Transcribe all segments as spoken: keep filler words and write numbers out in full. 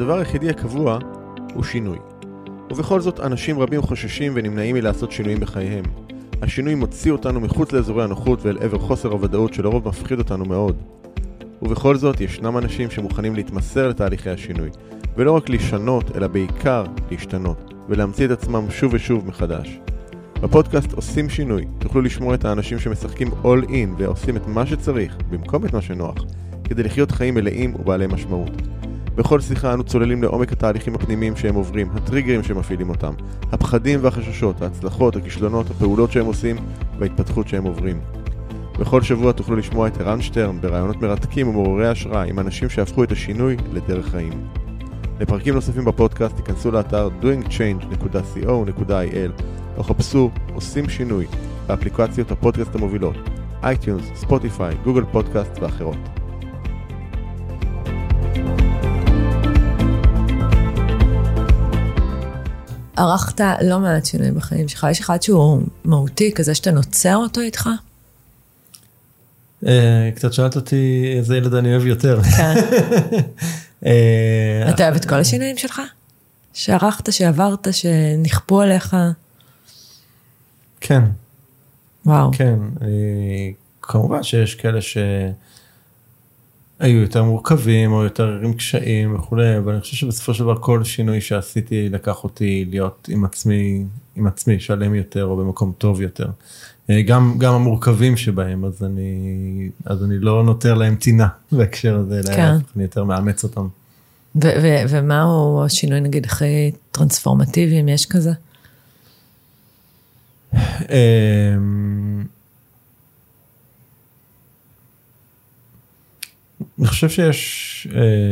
הדבר היחידי הקבוע הוא שינוי. ובכל זאת אנשים רבים חוששים ונמנעים מלעשות שינויים בחייהם. השינוי מוציא אותנו מחוץ לאזורי הנוחות ואל עבר חוסר הוודאות שלרוב מפחיד אותנו מאוד. ובכל זאת ישנם אנשים שמוכנים להתמסר לתהליכי השינוי, ולא רק לשנות אלא בעיקר להשתנות ולהמציא את עצמם שוב ושוב מחדש. בפודקאסט עושים שינוי, תוכלו לשמוע את האנשים שמשחקים all in ועושים את מה שצריך במקום את מה שנוח, כדי לחיות חיים מלאים ובעלי משמעות. בכל שיחה אנו צוללים לעומק התהליכים הפנימיים שהם עוברים, הטריגרים שמפעילים אותם, הפחדים והחששות, ההצלחות, הכישלונות, הפעולות שהם עושים וההתפתחות שהם עוברים. בכל שבוע תוכלו לשמוע את ערן שטרן ברעיונות מרתקים ומעוררי השראה עם אנשים שהפכו את השינוי לדרך חיים. לפרקים נוספים בפודקאסט תיכנסו לאתר doing change dot co dot il או חפשו עושים שינוי באפליקציות הפודקאסט המובילות, אייטיונס, ספוטיפיי, גוגל פודקאסט ואחרות. ערכת לא מעט שינויים בחיים שלך, יש אחד שהוא מהותי, כזה שאתה נוצר אותו איתך? קצת שאלת אותי איזה ילד אני אוהב יותר. כן. אתה אוהב את כל השינויים שלך? שערכת, שעברת, שנכפו עליך? כן. וואו. כן. כמובן שיש כאלה שהיו יותר מורכבים, או יותר עם קשיים וכו', אבל אני חושב שבסופו של דבר כל שינוי שעשיתי לקח אותי להיות עם עצמי, עם עצמי שלם יותר, או במקום טוב יותר. גם, גם המורכבים שבהם, אז אני, אז אני לא נותר להם צינה בהקשר הזה, כן. אני יותר מאמץ אותם. ו- ו- ומהו השינוי, נגיד, הכי טרנספורמטיבי, אם יש כזה? אני חושב שיש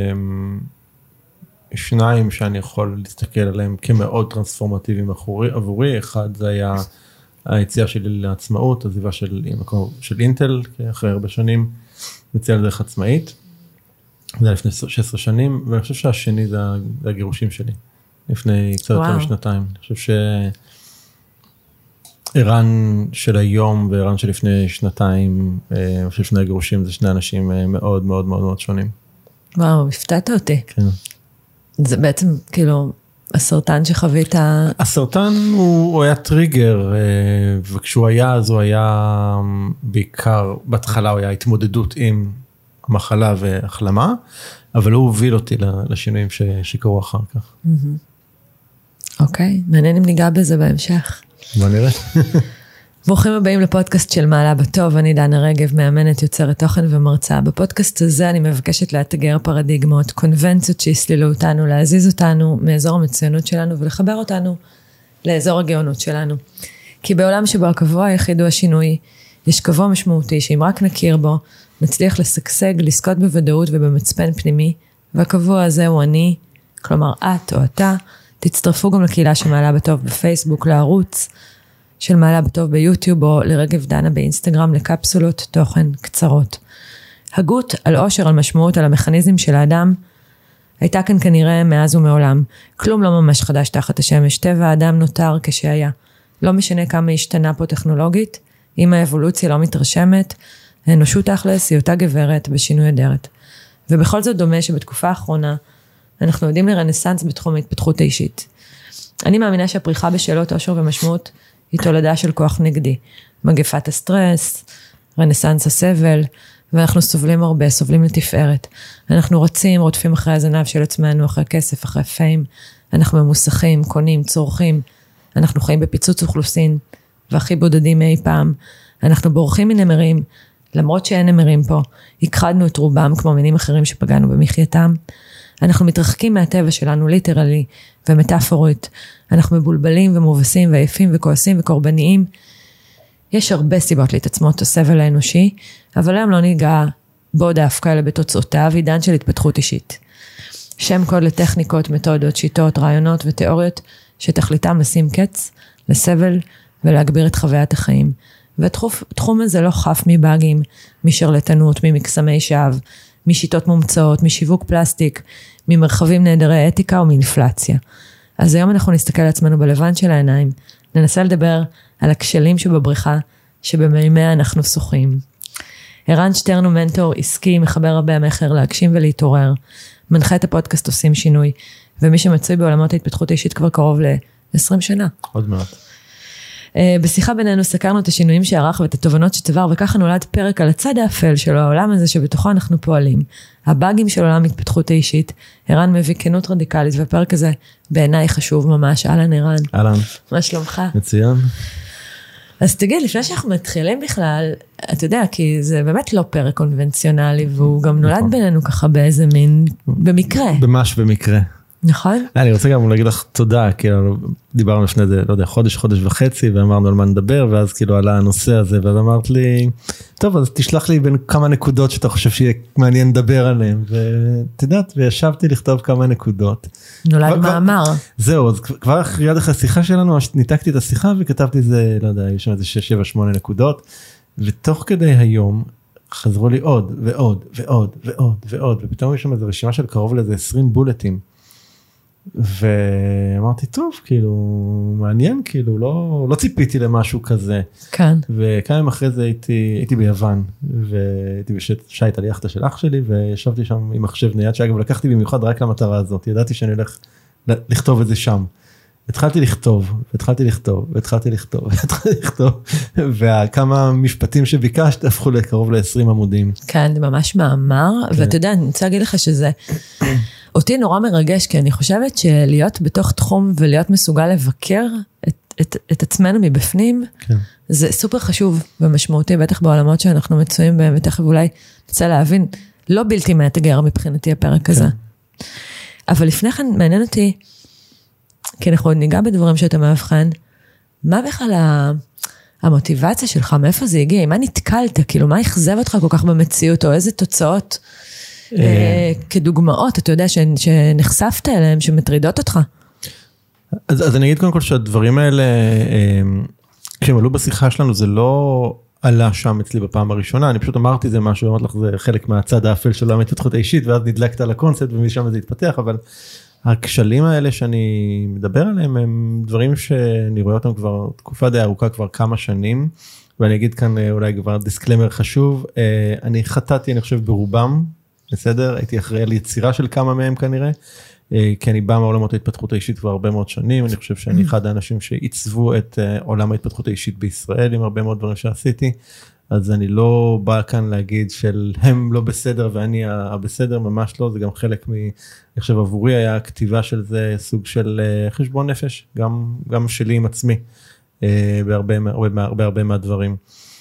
שניים שאני יכול להסתכל עליהם כמאוד טרנספורמטיביים עבורי. אחד זה היה היציאה שלי לעצמאות, עזיבה של, של אינטל, אחרי הרבה שנים, מציאה לדרך עצמאית. זה היה לפני שש עשרה שנים, ואני חושב שהשני זה הגירושים שלי, לפני קצת יותר משנתיים. אני חושב שערן של היום וערן של לפני שנתיים, אני חושב שני הגירושים זה שני אנשים מאוד מאוד מאוד מאוד שונים. וואו, הפתעת אותי. כן. זה בעצם כאילו הסרטן שחווית... הסרטן הוא, הוא היה טריגר, וכשהוא היה, אז הוא היה בעיקר, בהתחלה הוא היה התמודדות עם המחלה והחלמה, אבל הוא הוביל אותי לשינויים ש, שקרו אחר כך. אוקיי, מעניין אם ניגע בזה בהמשך. בוא נראה. ברוכים הבאים לפודקאסט של מעלה בטוב, אני דנה רגב, מאמנת, יוצרת תוכן ומרצה. בפודקאסט הזה אני מבקשת לאתגר פרדיגמות, קונבנציות שיסלילו אותנו, להזיז אותנו מאזור המצוינות שלנו ולחבר אותנו לאזור הגאונות שלנו. כי בעולם שבו הקבוע היחיד הוא השינוי, יש קבוע משמעותי שאם רק נכיר בו, נצליח לשגשג, לזכות בוודאות ובמצפן פנימי, והקבוע הזה הוא אני, כלומר את או אתה, תצטרפו גם לקהילה של מעלה בטוב בפייסבוק, לערוץ של מעלה בטוב ביוטיוב, או לרגב דנה באינסטגרם, לקפסולות תוכן קצרות. הגות על עושר, על משמעות, על המכניזם של האדם, הייתה כאן כנראה מאז ומעולם. כלום לא ממש חדש תחת השמש, טבע האדם נותר כשהיה. לא משנה כמה השתנה פה טכנולוגית, אם האבולוציה לא מתרשמת, האנושות תכלס היא אותה גברת בשינוי אדרת. ובכל זאת דומה שבתקופה האחרונה, אנחנו יודעים לרנסנס בתחום ההתפתחות האישית. אני מאמינה שהפריחה בשאלות עושר ומשמעות היא תולדה של כוח נגדי. מגפת הסטרס, רנסנס הסבל, ואנחנו סובלים הרבה, סובלים לתפארת. אנחנו רצים, רודפים אחרי הזנב של עצמנו, אחרי כסף, אחרי פיים. אנחנו ממוסכים, קונים, צורכים. אנחנו חיים בפיצוץ אוכלוסין, והכי בודדים מאי פעם. אנחנו בורחים מנמרים, למרות שאין נמרים פה. הכחדנו את רובם כמו מינים אחרים שפגענו במחייתם. אנחנו מתרחקים מהטבע שלנו ליטרלי ומטאפורית. אנחנו מבולבלים ומובסים ועייפים וכועסים וקורבניים. יש הרבה סיבות להתעצמות את הסבל האנושי, אבל היום לא ניגע בו דווקא אלא בתוצאותיו עידן של התפתחות אישית. שם קוד לטכניקות, מתודות, שיטות, רעיונות ותיאוריות שתכליתם לשים קץ לסבל ולהגביר את חוויית החיים. והתחום הזה לא חף מבאגים, משרלטנות, ממקסמי שווא, משיטות מומצאות, משיווק פלסטיק, ממרחבים נהדרי אתיקה או מאינפלציה. אז היום אנחנו נסתכל לעצמנו בלבן של העיניים, ננסה לדבר על הכשלים שבבריכה, שבמימיה אנחנו שוחים. ערן שטרן הוא מנטור עסקי, מחבר הרבה המחר להגשים ולהתעורר, מנחה את הפודקאסט עושים שינוי, ומי שמצוי בעולמות ההתפתחות האישית כבר קרוב ל-עשרים שנה. עוד מעט. בשיחה בינינו סקרנו את השינויים שערך ואת התובנות שצבר, וככה נולד פרק על הצד האפל של העולם הזה שבתוכו אנחנו פועלים. הבאגים של עולם התפתחות האישית, ערן מביא כנות רדיקלית, והפרק הזה בעיניי חשוב ממש. אהלן ערן. אהלן. מה שלומך? מצוין. אז תגיד, לפני שאנחנו מתחילים בכלל, אתה יודע, כי זה באמת לא פרק קונבנציונלי, והוא גם נולד בינינו ככה באיזה מין, במקרה. ממש במקרה. נכון? אני רוצה גם להגיד לך תודה, כאילו דיברנו לפני זה, לא יודע, חודש, חודש וחצי, ואמרנו על מה נדבר, ואז כאילו עלה הנושא הזה, ואז אמרת לי, טוב, אז תשלח לי בין כמה נקודות שאתה חושב שיהיה מעניין לדבר עליהן, ותדעת, וישבתי לכתוב כמה נקודות. נולד מאמר. זהו, אז כבר יד אחרי השיחה שלנו, ניתקתי את השיחה, וכתבתי זה, לא יודע, יש שם איזה שש, שבע, שמונה נקודות, ותוך כדי היום, חזרו לי עוד, ועוד, ועוד, ועוד, ועוד, ופתאום יש שם איזו רשימה של קרוב לאיזה עשרים בולטים. ואמרתי, טוב, כאילו, מעניין, כאילו, לא, לא ציפיתי למשהו כזה. כן. וכמה ימים אחרי זה הייתי, הייתי ביוון, והייתי בשייט על יחדה של אח שלי, וישבתי שם עם מחשב נייד, שאגב, לקחתי במיוחד רק למטרה הזאת, ידעתי שאני הולך לכתוב את זה שם. התחלתי לכתוב, והתחלתי לכתוב, והתחלתי לכתוב, והתחלתי לכתוב, וכמה משפטים שביקשת הפכו לקרוב ל-עשרים עמודים. כן, זה ממש מאמר, כן. ואתה יודע, אני רוצה להגיד לך שזה... אותי נורא מרגש, כי אני חושבת שלהיות בתוך תחום ולהיות מסוגל לבקר את, את, את עצמנו מבפנים, כן. זה סופר חשוב ומשמעותי, בטח בעולמות שאנחנו מצויים בהם, ותכף אולי נצא להבין, לא בלתי מאתגר מבחינתי הפרק כן. הזה. אבל לפני כן מעניין אותי, כי אנחנו עוד ניגע בדברים שאתה מאבחן, מה בכלל המוטיבציה שלך, מאיפה זה הגיע, מה נתקלת, כאילו מה יחזב אותך כל כך במציאות, או איזה תוצאות, כדוגמאות, אתה יודע, שנחשפת אליהם, שמטרידות אותך. אז, אז אני אגיד קודם כל שהדברים האלה, כשהם עלו בשיחה שלנו, זה לא עלה שם אצלי בפעם הראשונה, אני פשוט אמרתי זה משהו, אמרתי לך, זה חלק מהצד האפל של ההתפתחות האישית, ואז נדלקת על הקונספט, ומשם זה התפתח, אבל הכשלים האלה שאני מדבר עליהם, הם דברים שאני רואה אותם כבר תקופה די ארוכה, כבר כמה שנים, ואני אגיד כאן אולי כבר דיסקלמר חשוב, אני חטאתי, אני חושב, ברובם, בסדר? הייתי אחראי על יצירה של כמה מהם כנראה, כי אני בא מעולמות ההתפתחות האישית כבר הרבה מאוד שנים, אני חושב שאני אחד האנשים שעיצבו את עולם ההתפתחות האישית בישראל, עם הרבה מאוד דברים שעשיתי, אז אני לא בא כאן להגיד של הם לא בסדר ואני הבסדר, ממש לא, זה גם חלק מ... אני חושב עבורי היה הכתיבה של זה סוג של חשבון נפש, גם, גם שלי עם עצמי, בהרבה, הרבה, הרבה, הרבה מהדברים.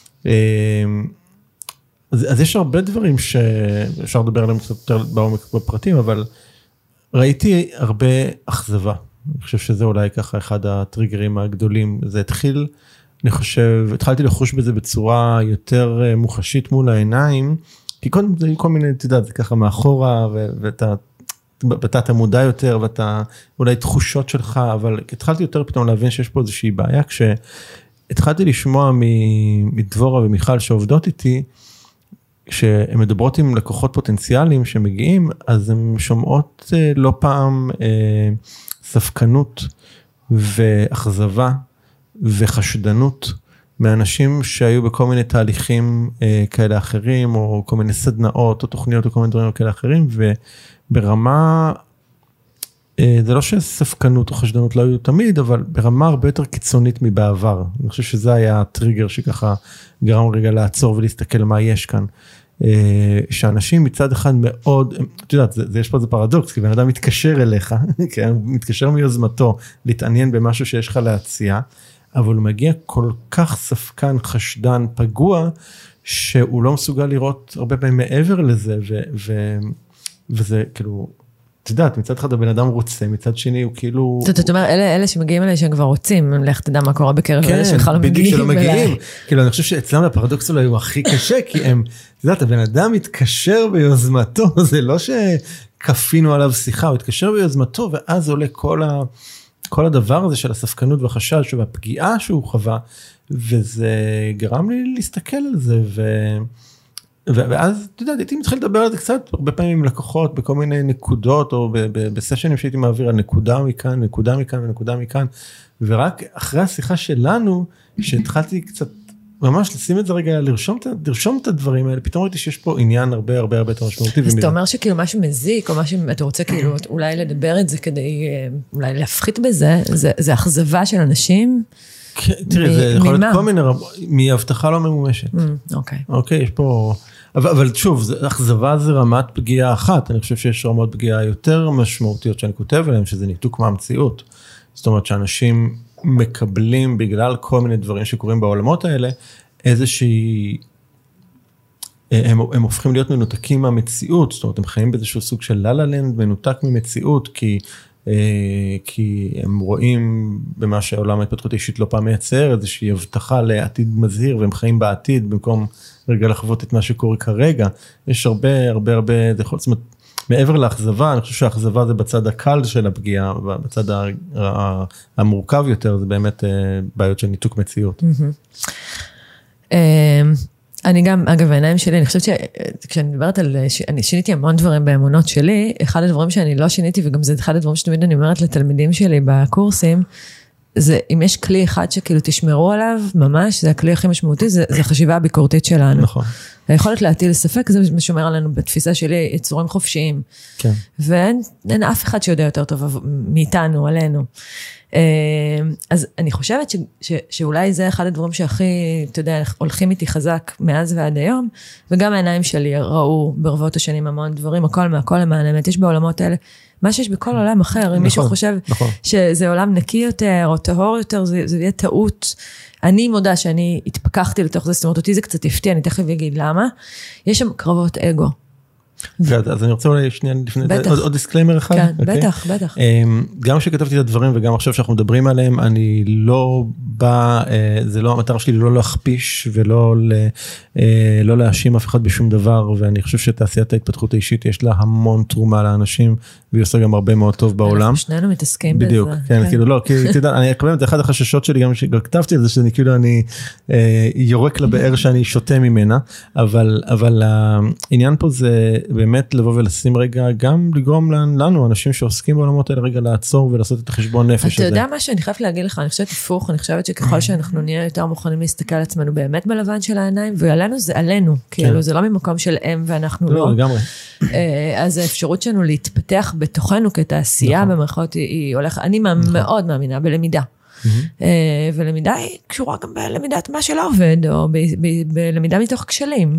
אז, אז יש הרבה דברים שאפשר לדבר עליהם קצת יותר בעומק בפרטים, אבל ראיתי הרבה אכזבה. אני חושב שזה אולי ככה אחד הטריגרים הגדולים. זה התחיל, אני חושב, התחלתי לחוש בזה בצורה יותר מוחשית מול העיניים, כי קודם זה כל מיני, אתה יודע, זה ככה מאחורה, ואתה, ואתה תמודע יותר, ואתה אולי תחושות שלך, אבל התחלתי יותר פתאום להבין שיש פה איזושהי בעיה, כשהתחלתי לשמוע מדבורה ומיכל שעובדות איתי, כשהן מדברות עם לקוחות פוטנציאליים שמגיעים, אז הן שומעות לא פעם ספקנות ואכזבה וחשדנות מאנשים שהיו בכל מיני תהליכים כאלה אחרים, או כל מיני סדנאות או תוכניות או כל מיני דברים כאלה אחרים, וברמה, זה לא שספקנות או חשדנות לא היו תמיד, אבל ברמה הרבה יותר קיצונית מבעבר. אני חושב שזה היה הטריגר שככה גרם רגע לעצור ולהסתכל מה יש כאן. שאנשים מצד אחד מאוד, את יודעת, זה, זה יש פה איזה פרדוקס, כי בן אדם מתקשר אליך, כן, הוא מתקשר מיוזמתו להתעניין במשהו שיש לך להציע, אבל הוא מגיע כל כך ספקן, חשדן, פגוע, שהוא לא מסוגל לראות הרבה פעמים מעבר לזה, ו, ו, וזה כאילו, את יודעת, מצד אחד הבן אדם רוצה, מצד שני הוא כאילו... זאת אומרת, אלה שמגיעים אליי שהם כבר רוצים, לך תדע מה קורה בקרב, אלה שבכלל לא מגיעים. כן, בדיוק שלא מגיעים. כאילו, אני חושב שאצלם הפרדוקס אולי הוא הכי קשה, כי הם, את יודעת, הבן אדם מתקשר ביוזמתו, זה לא שכפינו עליו שיחה, הוא התקשר ביוזמתו, ואז עולה כל ה... כל הדבר הזה של הספקנות והחשש, והפגיעה שהוא חווה, וזה גרם לי להסתכל על זה, ו... ואז, אתה יודע, הייתי מתחיל לדבר על זה קצת, הרבה פעמים עם לקוחות, בכל מיני נקודות, או בסשנים שהייתי מעביר על נקודה מכאן, נקודה מכאן ונקודה מכאן, ורק אחרי השיחה שלנו, שהתחלתי קצת ממש לשים את זה רגע, לרשום, לרשום את הדברים האלה, פתאום ראיתי שיש פה עניין הרבה הרבה הרבה יותר משמעותי. אז אתה אומר שכאילו משהו מזיק, או משהו, אתה רוצה כאילו אולי לדבר את זה כדי, אולי להפחית בזה, זה, זה אכזבה של אנשים? תראי, זה יכול להיות כל מיני, מהבטחה לא ממומשת. אוקיי. אוקיי, יש פה, אבל שוב, אכזבה זה רמת פגיעה אחת, אני חושב שיש רמות פגיעה יותר משמעותיות שאני כותב עליהן, שזה ניתוק מהמציאות. זאת אומרת שאנשים מקבלים בגלל כל מיני דברים שקורים בעולמות האלה, איזושהי, הם, הם הופכים להיות מנותקים מהמציאות, זאת אומרת, הם חיים באיזשהו סוג של ללה-לנד, מנותק ממציאות, כי, כי הם רואים במה שהעולם ההתפתחות האישית לא פעם מייצר, איזושהי הבטחה לעתיד מזהיר, והם חיים בעתיד, במקום רגע לחוות את מה שקורה כרגע. יש הרבה, הרבה, הרבה, זה יכול, זאת אומרת, מעבר לאכזבה, אני חושב שהאכזבה זה בצד הקל של הפגיעה, ובצד המורכב יותר, זה באמת בעיות של ניתוק מציאות. אני גם, אגב, העיניים שלי, אני חושבת שכשאני מדברת על, אני שיניתי המון דברים באמונות שלי, אחד הדברים שאני לא שיניתי, וגם זה אחד הדברים שתמיד אני אומרת לתלמידים שלי בקורסים, זה, אם יש כלי אחד שכאילו תשמרו עליו, ממש, זה הכלי הכי משמעותי, זה, זה חשיבה הביקורתית שלנו. נכון. היכולת להטיל ספק, זה משומר עלינו בתפיסה שלי, יצורים חופשיים. כן. ואין אין אף אחד שיודע יותר טוב מאיתנו, עלינו. אז אני חושבת ש, ש, שאולי זה אחד הדברים שהכי, אתה יודע, הולכים איתי חזק מאז ועד היום, וגם העיניים שלי ראו ברבות השנים המון דברים, הכל מהכל למען האמת, יש בעולמות האלה, מה שיש בכל עולם אחר, אם מישהו חושב שזה עולם נקי יותר, או טהור יותר, זה, זה יהיה טעות. אני מודה שאני התפקחתי לתוך זה, זאת אומרת, אותי זה קצת הפתיע, אני תכף אגיד למה. יש שם קרבות אגו. אז אני רוצה אולי שנייה לפני, עוד דיסקליימר אחד. כן, בטח, בטח. גם כשכתבתי את הדברים וגם עכשיו שאנחנו מדברים עליהם, אני לא בא, זה לא, המטרה שלי לא להכפיש ולא לא להאשים אף אחד בשום דבר, ואני חושב שתעשיית ההתפתחות האישית יש לה המון תרומה לאנשים, והיא עושה גם הרבה מאוד טוב בעולם. אנחנו שנינו מתעסקים בזה. בדיוק, כן, כאילו לא, כי תדע, אני אקבל את זה, אחד החששות שלי גם שכתבתי על זה, שאני כאילו אני יורק לבאר שאני שותה ממנה, אבל, אבל העניין פה זה באמת לבוא ולשים רגע, גם לגרום לנו, אנשים שעוסקים בעולמות האלה, רגע לעצור ולעשות את החשבון נפש הזה. אתה יודע מה שאני חייבת להגיד לך, אני חושבת הפוך, אני חושבת שככל שאנחנו נהיה יותר מוכנים להסתכל על עצמנו באמת בלבן של העיניים, ועלינו זה עלינו, כאילו זה לא ממקום של הם ואנחנו לא. לגמרי. אז האפשרות שלנו להתפתח בתוכנו כתעשייה במרכאות היא הולכת, אני מאוד מאמינה בלמידה. ולמידה היא קשורה גם בלמידת מה שלא עובד, או בלמידה מתוך כשלים.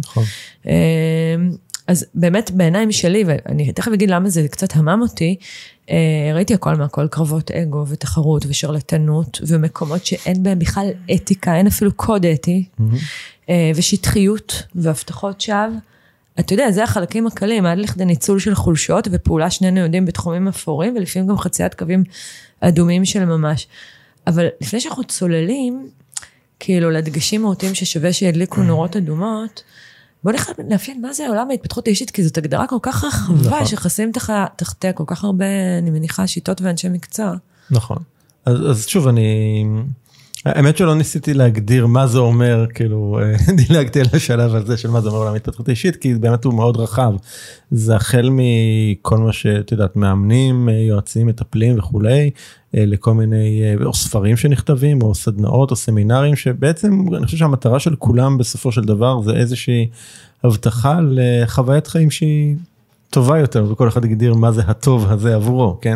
אז באמת בעיניים שלי, ואני תכף אגיד למה זה קצת המם אותי, ראיתי הכל מהכל, קרבות אגו ותחרות ושרלטנות, ומקומות שאין בהם בכלל אתיקה, אין אפילו קוד אתי, ושטחיות והבטחות שווא. אתה יודע, זה החלקים הקלים, עד לכדי ניצול של חולשות, ופעולה שנינו יודעים בתחומים אפורים, ולפעמים גם חציית קווים אדומים של ממש. אבל לפני שאנחנו צוללים, כאילו לדגשים מהותיים ששווה שידליקו נורות אדומות, בוא נאפיין מה זה עולם ההתפתחות האישית, כי זאת הגדרה כל כך רחבה, שחסים תחתיה כל כך הרבה, אני מניחה, שיטות ואנשי מקצוע. נכון. אז, אז שוב, אני, האמת שלא ניסיתי להגדיר מה זה אומר, כאילו, דילגתי על השלב הזה של מה זה אומר עולם ההתפתחות האישית, כי באמת הוא מאוד רחב. זה החל מכל מה שאת יודעת, מאמנים, יועצים, מטפלים וכולי, לכל מיני, או ספרים שנכתבים, או סדנאות, או סמינרים, שבעצם אני חושב שהמטרה של כולם בסופו של דבר, זה איזושהי הבטחה לחוויית חיים שהיא טובה יותר, וכל אחד יגדיר מה זה הטוב הזה עבורו, כן?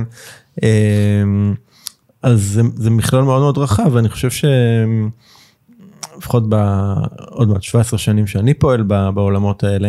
אז זה, זה מכלול מאוד מאוד רחב, ואני חושב שלפחות בעוד מעט שבע עשרה שנים שאני פועל בעולמות האלה,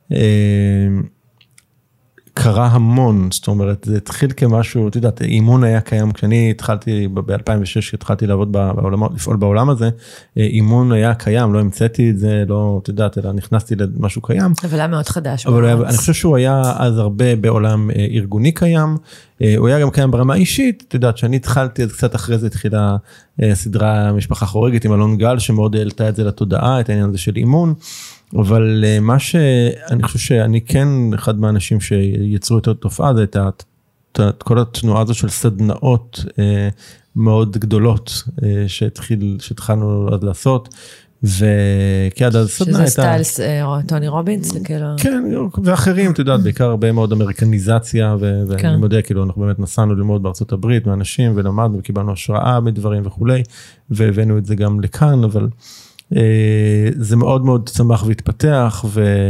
קרה המון, זאת אומרת, זה התחיל כמשהו, אתה יודעת, אימון היה קיים, כשאני התחלתי ב-אלפיים ושש, התחלתי לעבוד בעולמות, לפעול בעולם הזה, אימון היה קיים, לא המצאתי את זה, לא, אתה יודעת, אלא נכנסתי למשהו קיים. אבל היה מאוד חדש. אבל היה, אני חושב שהוא היה אז הרבה בעולם ארגוני קיים, הוא היה גם קיים ברמה אישית, אתה יודעת, שאני התחלתי, אז קצת אחרי זה התחילה סדרה משפחה חורגת עם אלון גל, שמאוד העלתה את זה לתודעה, את העניין הזה של אימון, אבל מה שאני חושב שאני כן אחד מהאנשים שיצרו את התופעה, זה את כל התנועה הזו של סדנאות מאוד גדולות שהתחלנו אז לעשות, וכי עד אז סדנה הייתה... שזה סטיילס טוני רובינס? כן, ואחרים, אתה יודעת, בעיקר הרבה מאוד אמריקניזציה, ואני מודה, כאילו אנחנו באמת נסענו ללמוד בארצות הברית מאנשים, ולמדנו וקיבלנו השראה מדברים וכולי, והבאנו את זה גם לכאן, אבל... זה מאוד מאוד צמח והתפתח,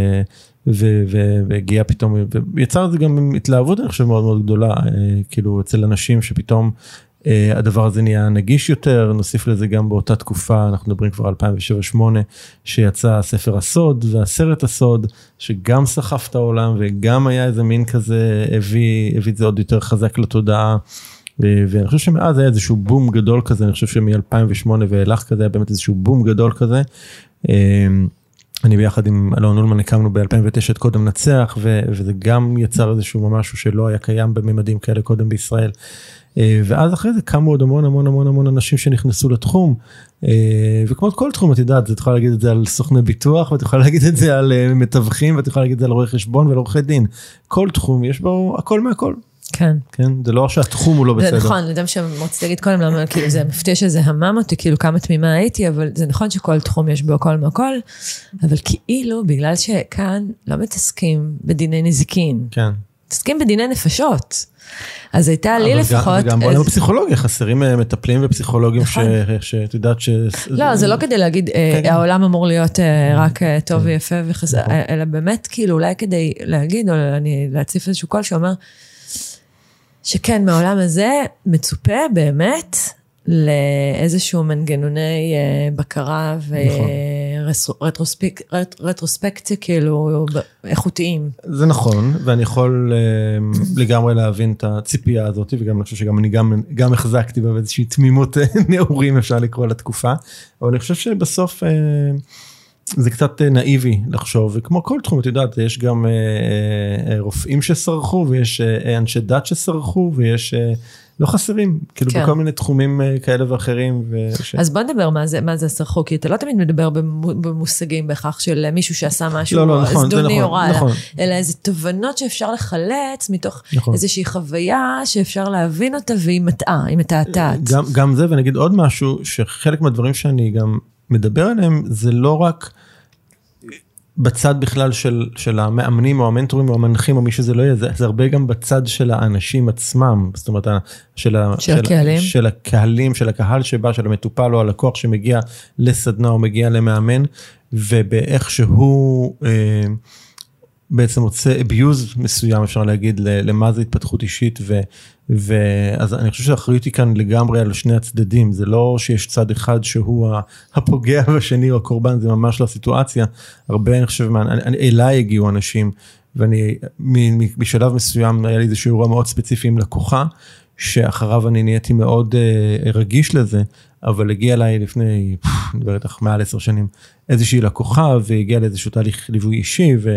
והגיע פתאום, ויצר את זה גם התלהבות, אני חושב, מאוד מאוד גדולה, כאילו אצל אנשים שפתאום הדבר הזה נהיה נגיש יותר, נוסיף לזה גם באותה תקופה, אנחנו מדברים כבר אלפיים ושבע שמונה, שיצא ספר הסוד והסרט הסוד, שגם סחף את העולם, וגם היה איזה מין כזה, הביא, הביא את זה עוד יותר חזק לתודעה, ואני חושב שמאז היה איזשהו בום גדול כזה, אני חושב שמ-אלפיים ושמונה ואילך כזה, היה באמת איזשהו בום גדול כזה, אני ביחד עם אלון אולמן הקמנו ב-אלפיים ותשע את קודם נצח, וזה גם יצר איזשהו משהו שלא היה קיים בממדים כאלה קודם בישראל, ואז אחרי זה קמו עוד המון המון המון המון אנשים שנכנסו לתחום, וכמו כל תחום את יודעת, את יכולה להגיד את זה על סוכני ביטוח, ואת יכולה להגיד את זה על מתווכים, ואת יכולה להגיד את זה על רואי חשבון ועל עורכי דין, כל תחום יש בו הכל מהכל. כן. כן, זה לא שהתחום הוא לא בסדר. זה נכון, לדעת שרציתי להגיד קודם, למה, כאילו זה מפתיע שזה המם אותי, כאילו כמה תמימה הייתי, אבל זה נכון שכל תחום יש בו הכל מהכל, אבל כאילו, בגלל שכאן לא מתעסקים בדיני נזיקין. כן. מתעסקים בדיני נפשות. אז הייתה לי לפחות... אבל גם בעולם הפסיכולוגיה, חסרים מטפלים ופסיכולוגים שאת יודעת ש... לא, זה לא כדי להגיד, העולם אמור להיות רק טוב ויפה וחסר, אלא באמת, כאילו, אולי כדי להגיד, או להציף איזשהו קול שאומר, שכן, מהעולם הזה מצופה באמת לאיזשהו מנגנוני בקרה ורטרוספקציה כאילו איכותיים. זה נכון, ואני יכול לגמרי להבין את הציפייה הזאת, וגם אני חושב שגם אני גם החזקתי בה באיזושהי תמימות נעורים אפשר לקרוא לתקופה, אבל אני חושב שבסוף... זה קצת נאיבי לחשוב, וכמו כל תחום, את יודעת, יש גם רופאים שסרחו, ויש אנשי דת שסרחו, ויש לא חסרים, כאילו בכל מיני תחומים כאלה ואחרים. אז בוא נדבר מה זה סרחו, כי אתה לא תמיד מדבר במושגים בכך של מישהו שעשה משהו זדוני או רע, אלא איזה תובנות שאפשר לחלץ מתוך איזושהי חוויה שאפשר להבין אותה, והיא מטעה, היא מתעתעת. גם זה, ואני אגיד עוד משהו, שחלק מהדברים שאני גם מדבר עליהם, זה לא רק בצד בכלל של, של המאמנים או המנטורים או המנחים או מי שזה לא יהיה, זה, זה הרבה גם בצד של האנשים עצמם, זאת אומרת, של, של, של הקהלים, של הקהלים, של הקהל שבא, של המטופל או הלקוח שמגיע לסדנה או מגיע למאמן, ובאיך שהוא אה, בעצם מוצא אביוז מסוים, אפשר להגיד, למה זה התפתחות אישית, ו, ואז אני חושב שהאחריות היא כאן לגמרי על שני הצדדים, זה לא שיש צד אחד שהוא הפוגע והשני או הקורבן, זה ממש לא הסיטואציה, הרבה אני חושב, אליי הגיעו אנשים, ואני בשלב מסוים היה לי איזשהו אירוע מאוד ספציפי עם לקוחה, שאחריו אני נהייתי מאוד רגיש לזה, אבל הגיע אליי לפני, אני מדבר איתך מעל עשר שנים, איזושהי לקוחה, והגיע לאיזשהו תהליך ליווי אישי, ו...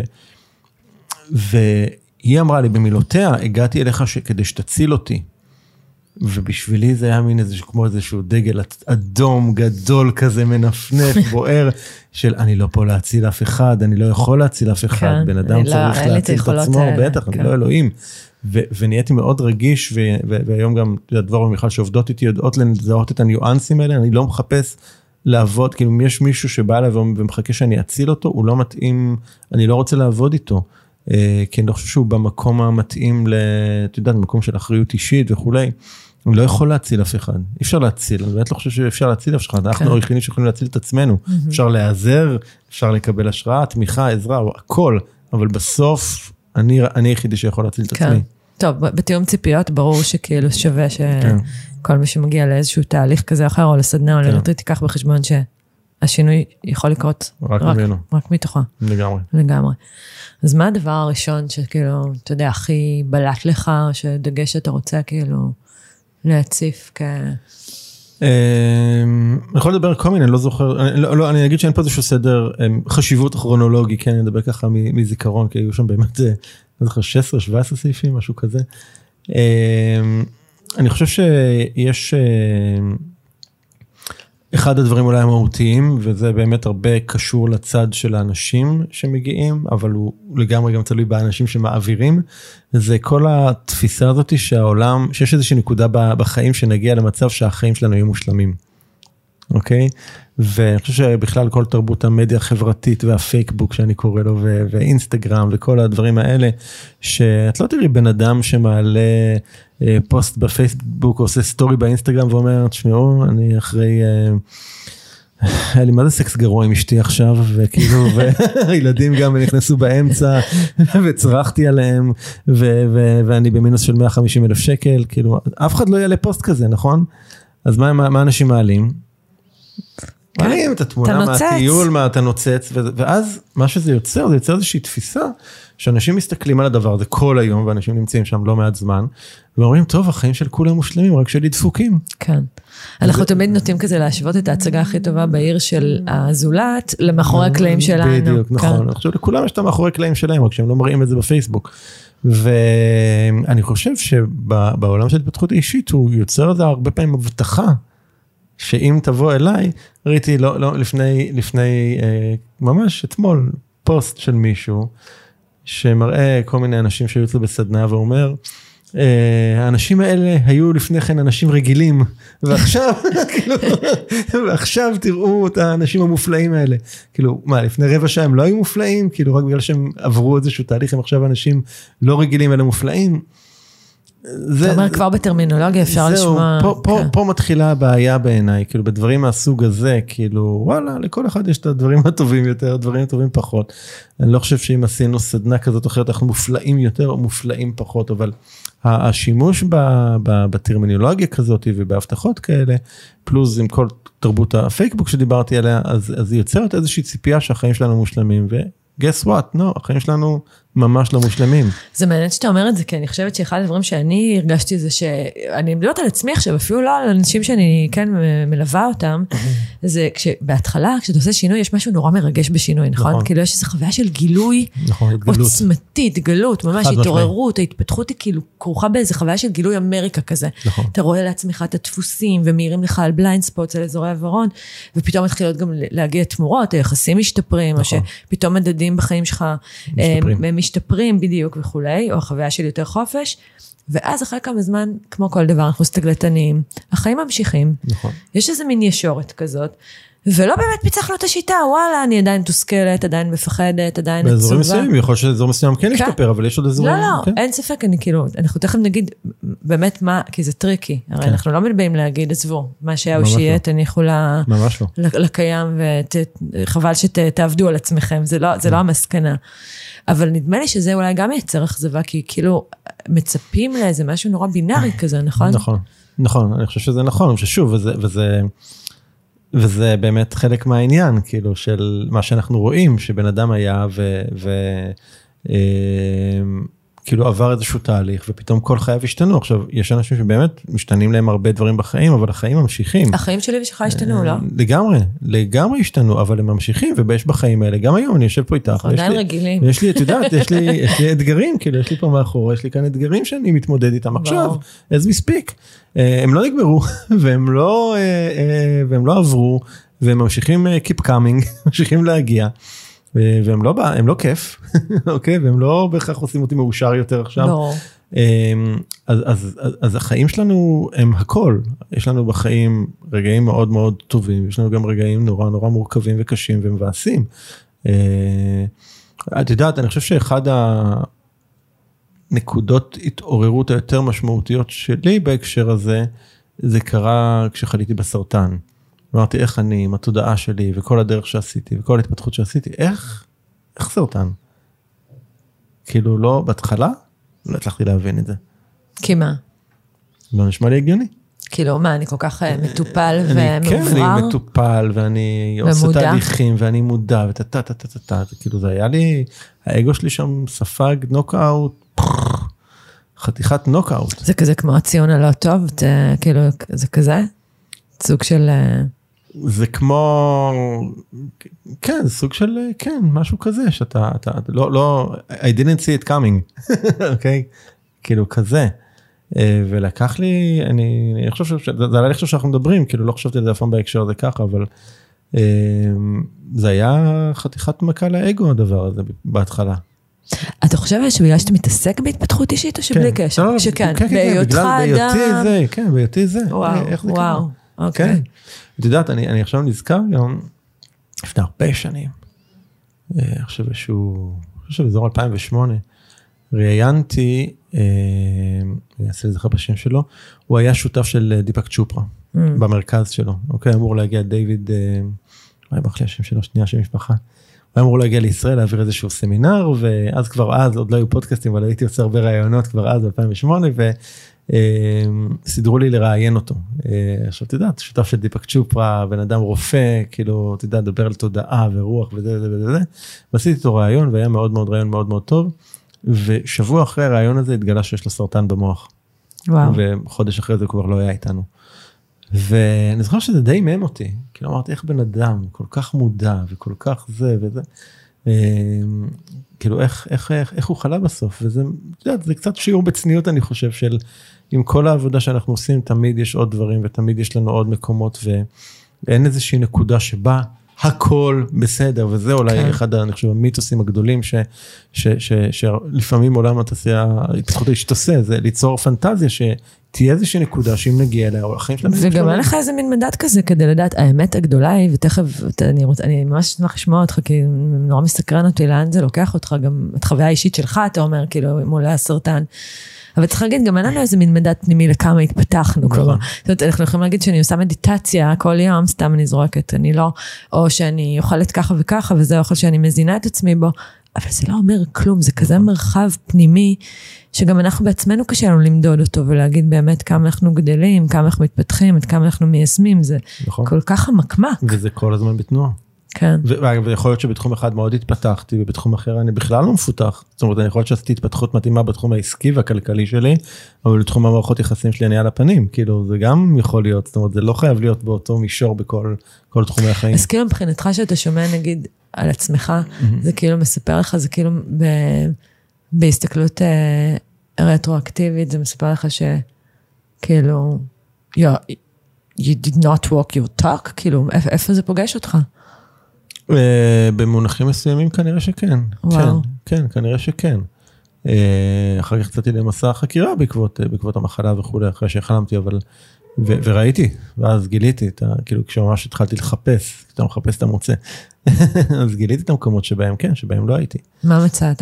והיא אמרה לי במילותיה, הגעתי אליך כדי שתציל אותי, ובשבילי זה היה מין איזשהו, כמו איזשהו דגל אדום גדול כזה, מנפנף, בוער, של אני לא פה להציל אף אחד, אני לא יכול להציל אף אחד, בן אדם צריך להציל את עצמו, בטח, אני לא אלוהים, ונהייתי מאוד רגיש, והיום גם הדבר ומיכל שעובדות איתי, יודעות לזהות את הניואנסים האלה, אני לא מחפש לעבוד, כאילו אם יש מישהו שבא אליו ומחכה שאני אציל אותו, הוא לא מתאים, אני לא רוצה לעבוד איתו, כי אני לא חושב שהוא במקום המתאים, אתה יודע, במקום של אחריות אישית וכולי, אני לא יכול להציל אף אחד, אי אפשר להציל, אני באמת לא חושב שאפשר להציל אף אחד, אנחנו היחידים שיכולים להציל את עצמנו, אפשר להיעזר, אפשר לקבל השראה, תמיכה, עזרה, הכל, אבל בסוף אני היחידי שיכול להציל את עצמי. טוב, בתיאום ציפיות ברור שכאילו שווה שכל מי שמגיע לאיזשהו תהליך כזה אחר, או לסדנה או לרטריט, תיקח בחשבון שהשינוי יכול לקרות רק מתוכה. לגמרי. לגמרי. אז מה הדבר הראשון שכאילו, אתה יודע, הכי בלט לך, או שדגש שאתה רוצה כאילו להציף כ... אני יכול לדבר כל מיני, אני לא זוכר, אני אגיד שאין פה איזשהו סדר חשיבות כרונולוגי, כן, אני אדבר ככה מזיכרון, כי היו שם באמת, אני זוכר, שש עשרה שבע עשרה סעיפים, משהו כזה. אני חושב שיש... אחד הדברים אולי המהותיים, וזה באמת הרבה קשור לצד של האנשים שמגיעים, אבל הוא לגמרי גם תלוי באנשים שמעבירים, זה כל התפיסה הזאת שהעולם, שיש איזושהי נקודה בחיים שנגיע למצב שהחיים שלנו יהיו מושלמים. אוקיי? ואני חושב שבכלל כל תרבות המדיה החברתית והפייקבוק שאני קורא לו, ואינסטגרם וכל הדברים האלה, שאת לא תראי בן אדם שמעלה פוסט בפייסבוק, או עושה סטורי באינסטגרם ואומר, תשמעו, אני אחרי היה לי מה זה סקס גרוע עם אשתי עכשיו, וכאילו, והילדים גם נכנסו באמצע, וצרחתי עליהם, ואני במינוס של מאה וחמישים אלף שקל, כאילו, אף אחד לא יעלה פוסט כזה, נכון? אז מה אנשים מעלים? מעלים את התמונה מהטיול, מה אתה נוצץ, ואז מה שזה יוצר, זה יוצר איזושהי תפיסה, שאנשים מסתכלים על הדבר הזה כל היום, ואנשים נמצאים שם לא מעט זמן, ואומרים, טוב, החיים של כולם מושלמים, רק שלי דפוקים. כן. אנחנו תמיד נוטים כזה להשוות את ההצגה הכי טובה בעיר של הזולת, למאחורי הקלעים שלנו. בדיוק, נכון. אני חושב לכולם יש את המאחורי הקלעים שלהם, רק שהם לא מראים את זה בפייסבוק. ואני חושב שבעולם של התפתחות אישית, הוא יוצר את זה הרבה פעמים הבטחה, שאם תבוא אליי, ראיתי לא, לא, לפני, לפני, אה, ממש אתמול, פוסט של מישהו, שמראה כל מיני אנשים שהיו אצלו בסדנה, ואומר, אה, האנשים האלה היו לפני כן אנשים רגילים, ועכשיו, כאילו, ועכשיו תראו את האנשים המופלאים האלה. כאילו, מה, לפני רבע שעה הם לא היו מופלאים? כאילו, רק בגלל שהם עברו איזשהו תהליך, הם עכשיו אנשים לא רגילים, אלא מופלאים. זאת אומרת, כבר בטרמינולוגיה אפשר לשמוע. פה, פה, פה מתחילה הבעיה בעיניי, כאילו בדברים מהסוג הזה, כאילו וואלה, לכל אחד יש את הדברים הטובים יותר, הדברים הטובים פחות. אני לא חושב שאם עשינו סדנה כזאת או אחרת, אנחנו מופלאים יותר או מופלאים פחות, אבל השימוש בטרמינולוגיה כזאת ובהבטחות כאלה, פלוס עם כל תרבות הפייקבוק שדיברתי עליה, אז, אז היא יוצרת איזושהי ציפייה שהחיים שלנו מושלמים, ו... guess what? no, החיים שלנו ממש לא מושלמים. זה מעניין שאתה אומר את זה, כי אני חושבת שאחד הדברים שאני הרגשתי זה שאני מדברת על עצמי עכשיו, אפילו לא על אנשים שאני כן מלווה אותם, זה כשבהתחלה, כשאתה עושה שינוי, יש משהו נורא מרגש בשינוי, נכון? כאילו יש איזו חוויה של גילוי עוצמתית, גלות, ממש התעוררות, ההתפתחות היא כאילו כרוכה באיזו חוויה של גילוי אמריקה כזה. אתה רואה לעצמך את הדפוסים, ומאירים לך על בליינד ספוטס, על אזורי עברון, ופתאום מתחילות גם להגיע תמורות, היחסים משתפרים, או שפתאום מדדים בחיים שלך משתפרים בדיוק וכולי, או החוויה של יותר חופש, ואז אחרי כמה זמן, כמו כל דבר, אנחנו סטגלטנים, החיים ממשיכים, נכון. יש איזה מין ישורת כזאת, ולא באמת פיצחנו את השיטה, וואלה, אני עדיין תוסכלת, עדיין מפחדת, עדיין עצובה. באזורים מסוים, יכול שאזור מסוים כן ישתפר, אבל יש עוד אזורים. לא, לא, אין ספק, אני כאילו, אנחנו תכף נגיד באמת מה, כי זה טריקי, הרי אנחנו לא מלבאים להגיד, עזבו, מה שהיה או שיהיה, תניחו לקיים, וחבל שתעבדו על עצמכם, זה לא המסקנה. אבל נדמה לי שזה אולי גם ייצר אכזבה, כי כאילו מצפים לאיזה משהו נורא בינארי כזה, נכון? נכון, נכון, אני חושב שזה נכון, אני חושב שוב, וזה, וזה, וזה באמת חלק מהעניין, כאילו, של מה שאנחנו רואים, שבן אדם היה, ו, ו, אה, כאילו עבר איזשהו תהליך, ופתאום כל חייו השתנו. עכשיו, יש אנשים שבאמת משתנים להם הרבה דברים בחיים, אבל החיים ממשיכים. החיים שלי ושלך השתנו, לא? לגמרי, לגמרי השתנו, אבל הם ממשיכים, ויש בחיים האלה. גם היום אני יושב פה איתך. עדיין רגילים. יש לי, את יודעת, יש לי, יש לי אתגרים, כאילו, יש לי פה מאחור, יש לי כאן אתגרים שאני מתמודד איתם עכשיו, as we speak. הם לא נגמרו, והם לא, והם לא עברו, והם ממשיכים keep coming, ממשיכים להגיע. והם לא, הם לא כיף, אוקיי? והם לא בהכרח עושים אותי מאושר יותר עכשיו. לא. אז, אז, אז, אז החיים שלנו הם הכל. יש לנו בחיים רגעים מאוד מאוד טובים, יש לנו גם רגעים נורא נורא מורכבים וקשים ומבאסים. את יודעת, אני חושב שאחד הנקודות התעוררות היותר משמעותיות שלי בהקשר הזה, זה קרה כשחליתי בסרטן. אמרתי, איך אני, עם התודעה שלי, וכל הדרך שעשיתי, וכל ההתפתחות שעשיתי, איך, איך סרטן? כאילו, לא, בהתחלה, לא הצלחתי להבין את זה. כי מה? לא נשמע לי הגיוני. כאילו, מה, אני כל כך מטופל ומעובר? כן, אני מטופל, ואני עושה תהליכים, ואני מודע, וטטה, טטה, טטה, כאילו, זה היה לי, האגו שלי שם ספג נוקאוט, חתיכת נוקאוט. זה כזה כמו הציון הלא טוב, כאילו, זה כזה? סוג של... זה כמו, כן, סוג של, כן, משהו כזה, שאתה, אתה, לא, לא, I didn't see it coming, אוקיי? כאילו כזה. ולקח לי, אני, אני חושב שזה עלה לי חושב שאנחנו מדברים, כאילו לא חשבתי על זה אף פעם בהקשר הזה ככה, אבל זה היה חתיכת מכה לאגו הדבר הזה בהתחלה. אתה חושב שבגלל שאתה מתעסק בהתפתחות אישית, או שבלי קשר? שכן, בהיותך אדם. כן, בהיותי זה. וואו, וואו. כן. את יודעת, אני עכשיו נזכר גם, לפני הרבה שנים, אני חושב שהוא, אני חושב באזור אלפיים ושמונה, ראיינתי, אני אעשה לזכר בשם שלו, הוא היה שותף של דיפק צ'ופרה. במרכז שלו, אוקיי, אמור להגיע דיוויד, מה היה לי השם שלו, שנייה, שם משפחה, הוא אמור להגיע לישראל, להעביר איזשהו סמינר, ואז כבר אז, עוד לא היו פודקאסטים, אבל הייתי עושה הרבה רעיונות כבר אז, ב-אלפיים ושמונה, וסידרו לי לראיין אותו. עכשיו, תדעת, שותף של דיפק צ'ופרה, בן אדם רופא, כאילו, תדעת, דבר על תודעה ורוח וזה וזה וזה, ועשיתי איתו רעיון, והיה מאוד מאוד רעיון מאוד מאוד טוב, ושבוע אחרי הרעיון הזה התגלה שיש לו סרטן במוח. וואו. וחודש אחרי זה כבר לא היה איתנו. ואני זוכר שזה די מהם אותי, כאילו אמרתי איך בן אדם כל כך מודע וכל כך זה וזה, כאילו איך, איך, איך, איך הוא חלה בסוף, וזה, זה קצת שיעור בצניעות אני חושב, של עם כל העבודה שאנחנו עושים, תמיד יש עוד דברים, ופתמיד יש לנו עוד מקומות, ואין איזושהי נקודה שבה הכל בסדר, וזה אולי כן. אחד, אני חושב, המיתוסים הגדולים, ש, ש, ש, שלפעמים עולם התעשייה, התפתחות שתעשה, זה ליצור פנטזיה, שתהיה איזושהי נקודה, שאם נגיע אליה, או החיים שלנו. וגם אין לך איזה מין מדד כזה, כדי לדעת, האמת הגדולה היא, ותכף, אני, רוצה, אני ממש אשמח לשמוע אותך, כי נורא מסקרן אותי, לאן זה לוקח אותך, גם את חוויה האישית שלך, אתה אומר, כאילו, מול הסרטן, אבל צריך להגיד, גם אין לנו איזה מין מדד פנימי לכמה התפתחנו, כלומר, זאת אומרת, אנחנו יכולים להגיד שאני עושה מדיטציה כל יום, סתם אני זורקת, אני לא, או שאני אוכלת ככה וככה, וזה אוכל שאני מזינה את עצמי בו, אבל זה לא אומר כלום, זה כזה מרחב פנימי, שגם אנחנו בעצמנו קשה לנו למדוד אותו, ולהגיד באמת כמה אנחנו גדלים, כמה אנחנו מתפתחים, את כמה אנחנו מיישמים, זה כל כך המקמק. וזה כל הזמן בתנועה. כן. ויכול להיות שבתחום אחד מאוד התפתחתי, ובתחום אחר אני בכלל לא מפותח. זאת אומרת, אני יכול להיות שעשיתי התפתחות מתאימה בתחום העסקי והכלכלי שלי, אבל בתחום המערכות יחסים שלי אני על הפנים. כאילו, זה גם יכול להיות, זאת אומרת, זה לא חייב להיות באותו מישור בכל כל תחומי החיים. אז כאילו, מבחינתך שאתה שומע, נגיד, על עצמך, זה כאילו מספר לך, זה כאילו ב, בהסתכלות אה, רטרואקטיבית, זה מספר לך שכאילו, you, you did not walk your talk, כאילו, איפה זה פוגש אותך? במונחים מסוימים כנראה שכן. וואו. כן, כן, כנראה שכן. אחר כך קצתי למסע החקירה בעקבות, בעקבות המחלה וכו', אחרי שהחלמתי, אבל, ו, וראיתי, ואז גיליתי, את ה, כאילו כשממש התחלתי לחפש, כשאתה מחפש את המוצא, אז גיליתי את המקומות שבהם, כן, שבהם לא הייתי. מה מצאת?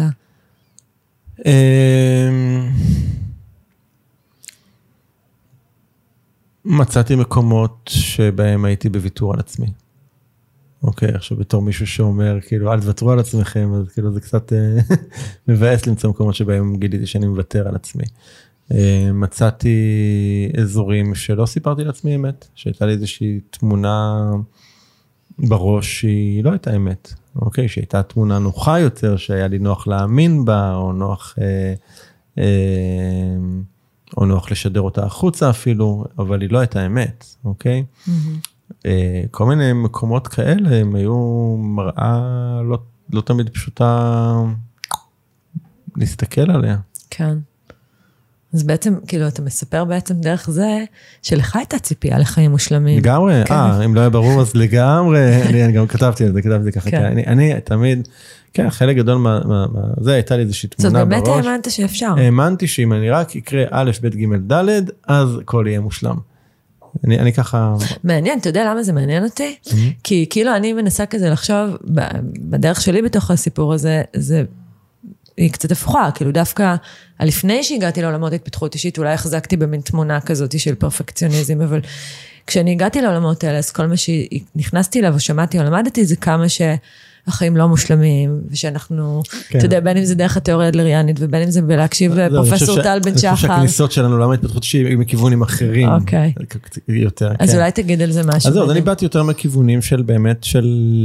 מצאתי מקומות שבהם הייתי בוויתור על עצמי. אוקיי, עכשיו בתור מישהו שאומר, כאילו, אל תוותרו על עצמכם, אז כאילו זה קצת מבאס למצוא מקומות שבהם גיליתי שאני מוותר על עצמי. מצאתי אזורים שלא סיפרתי לעצמי אמת, שהייתה לי איזושהי תמונה בראש שהיא לא הייתה אמת, אוקיי, שהייתה תמונה נוחה יותר, שהיה לי נוח להאמין בה, או נוח, אה, אה, או נוח לשדר אותה החוצה אפילו, אבל היא לא הייתה אמת, אוקיי? Mm-hmm. כל מיני מקומות כאלה, הם היו מראה לא, לא תמיד פשוטה להסתכל עליה. כן. אז בעצם, כאילו, אתה מספר בעצם דרך זה, שלך הייתה ציפייה לחיים מושלמים. לגמרי, אה, אם לא היה ברור, אז לגמרי, אני גם כתבתי את זה, כתבתי את זה ככה, אני, אני תמיד, כן, חלק גדול מה, מה, מה, זה הייתה לי איזושהי תמונה בראש. זאת באמת האמנת שאפשר. האמנתי שאם אני רק אקרא א', ב', ג', ד', אז הכל יהיה מושלם. אני, אני ככה... מעניין, אתה יודע למה זה מעניין אותי? Mm-hmm. כי כאילו אני מנסה כזה לחשוב, בדרך שלי בתוך הסיפור הזה, זה... היא קצת הפוכה, כאילו דווקא, לפני שהגעתי לעולמות התפתחות אישית, אולי החזקתי במין תמונה כזאת של פרפקציוניזם, אבל כשאני הגעתי לעולמות האלה, אז כל מה שנכנסתי אליו, או שמעתי או למדתי, זה כמה שהחיים לא מושלמים, ושאנחנו, כן. אתה יודע, בין אם זה דרך התיאוריה הדלריאנית, ובין אם זה בלהקשיב פרופסור טל בן שחר. אני חושב שהכניסות שלנו לעולם ההתפתחות שהיא מכיוונים אחרים. אוקיי. יותר, אז כן. אולי תגיד על זה משהו. אז זהו, אז אני באתי יותר מכיוונים של באמת של...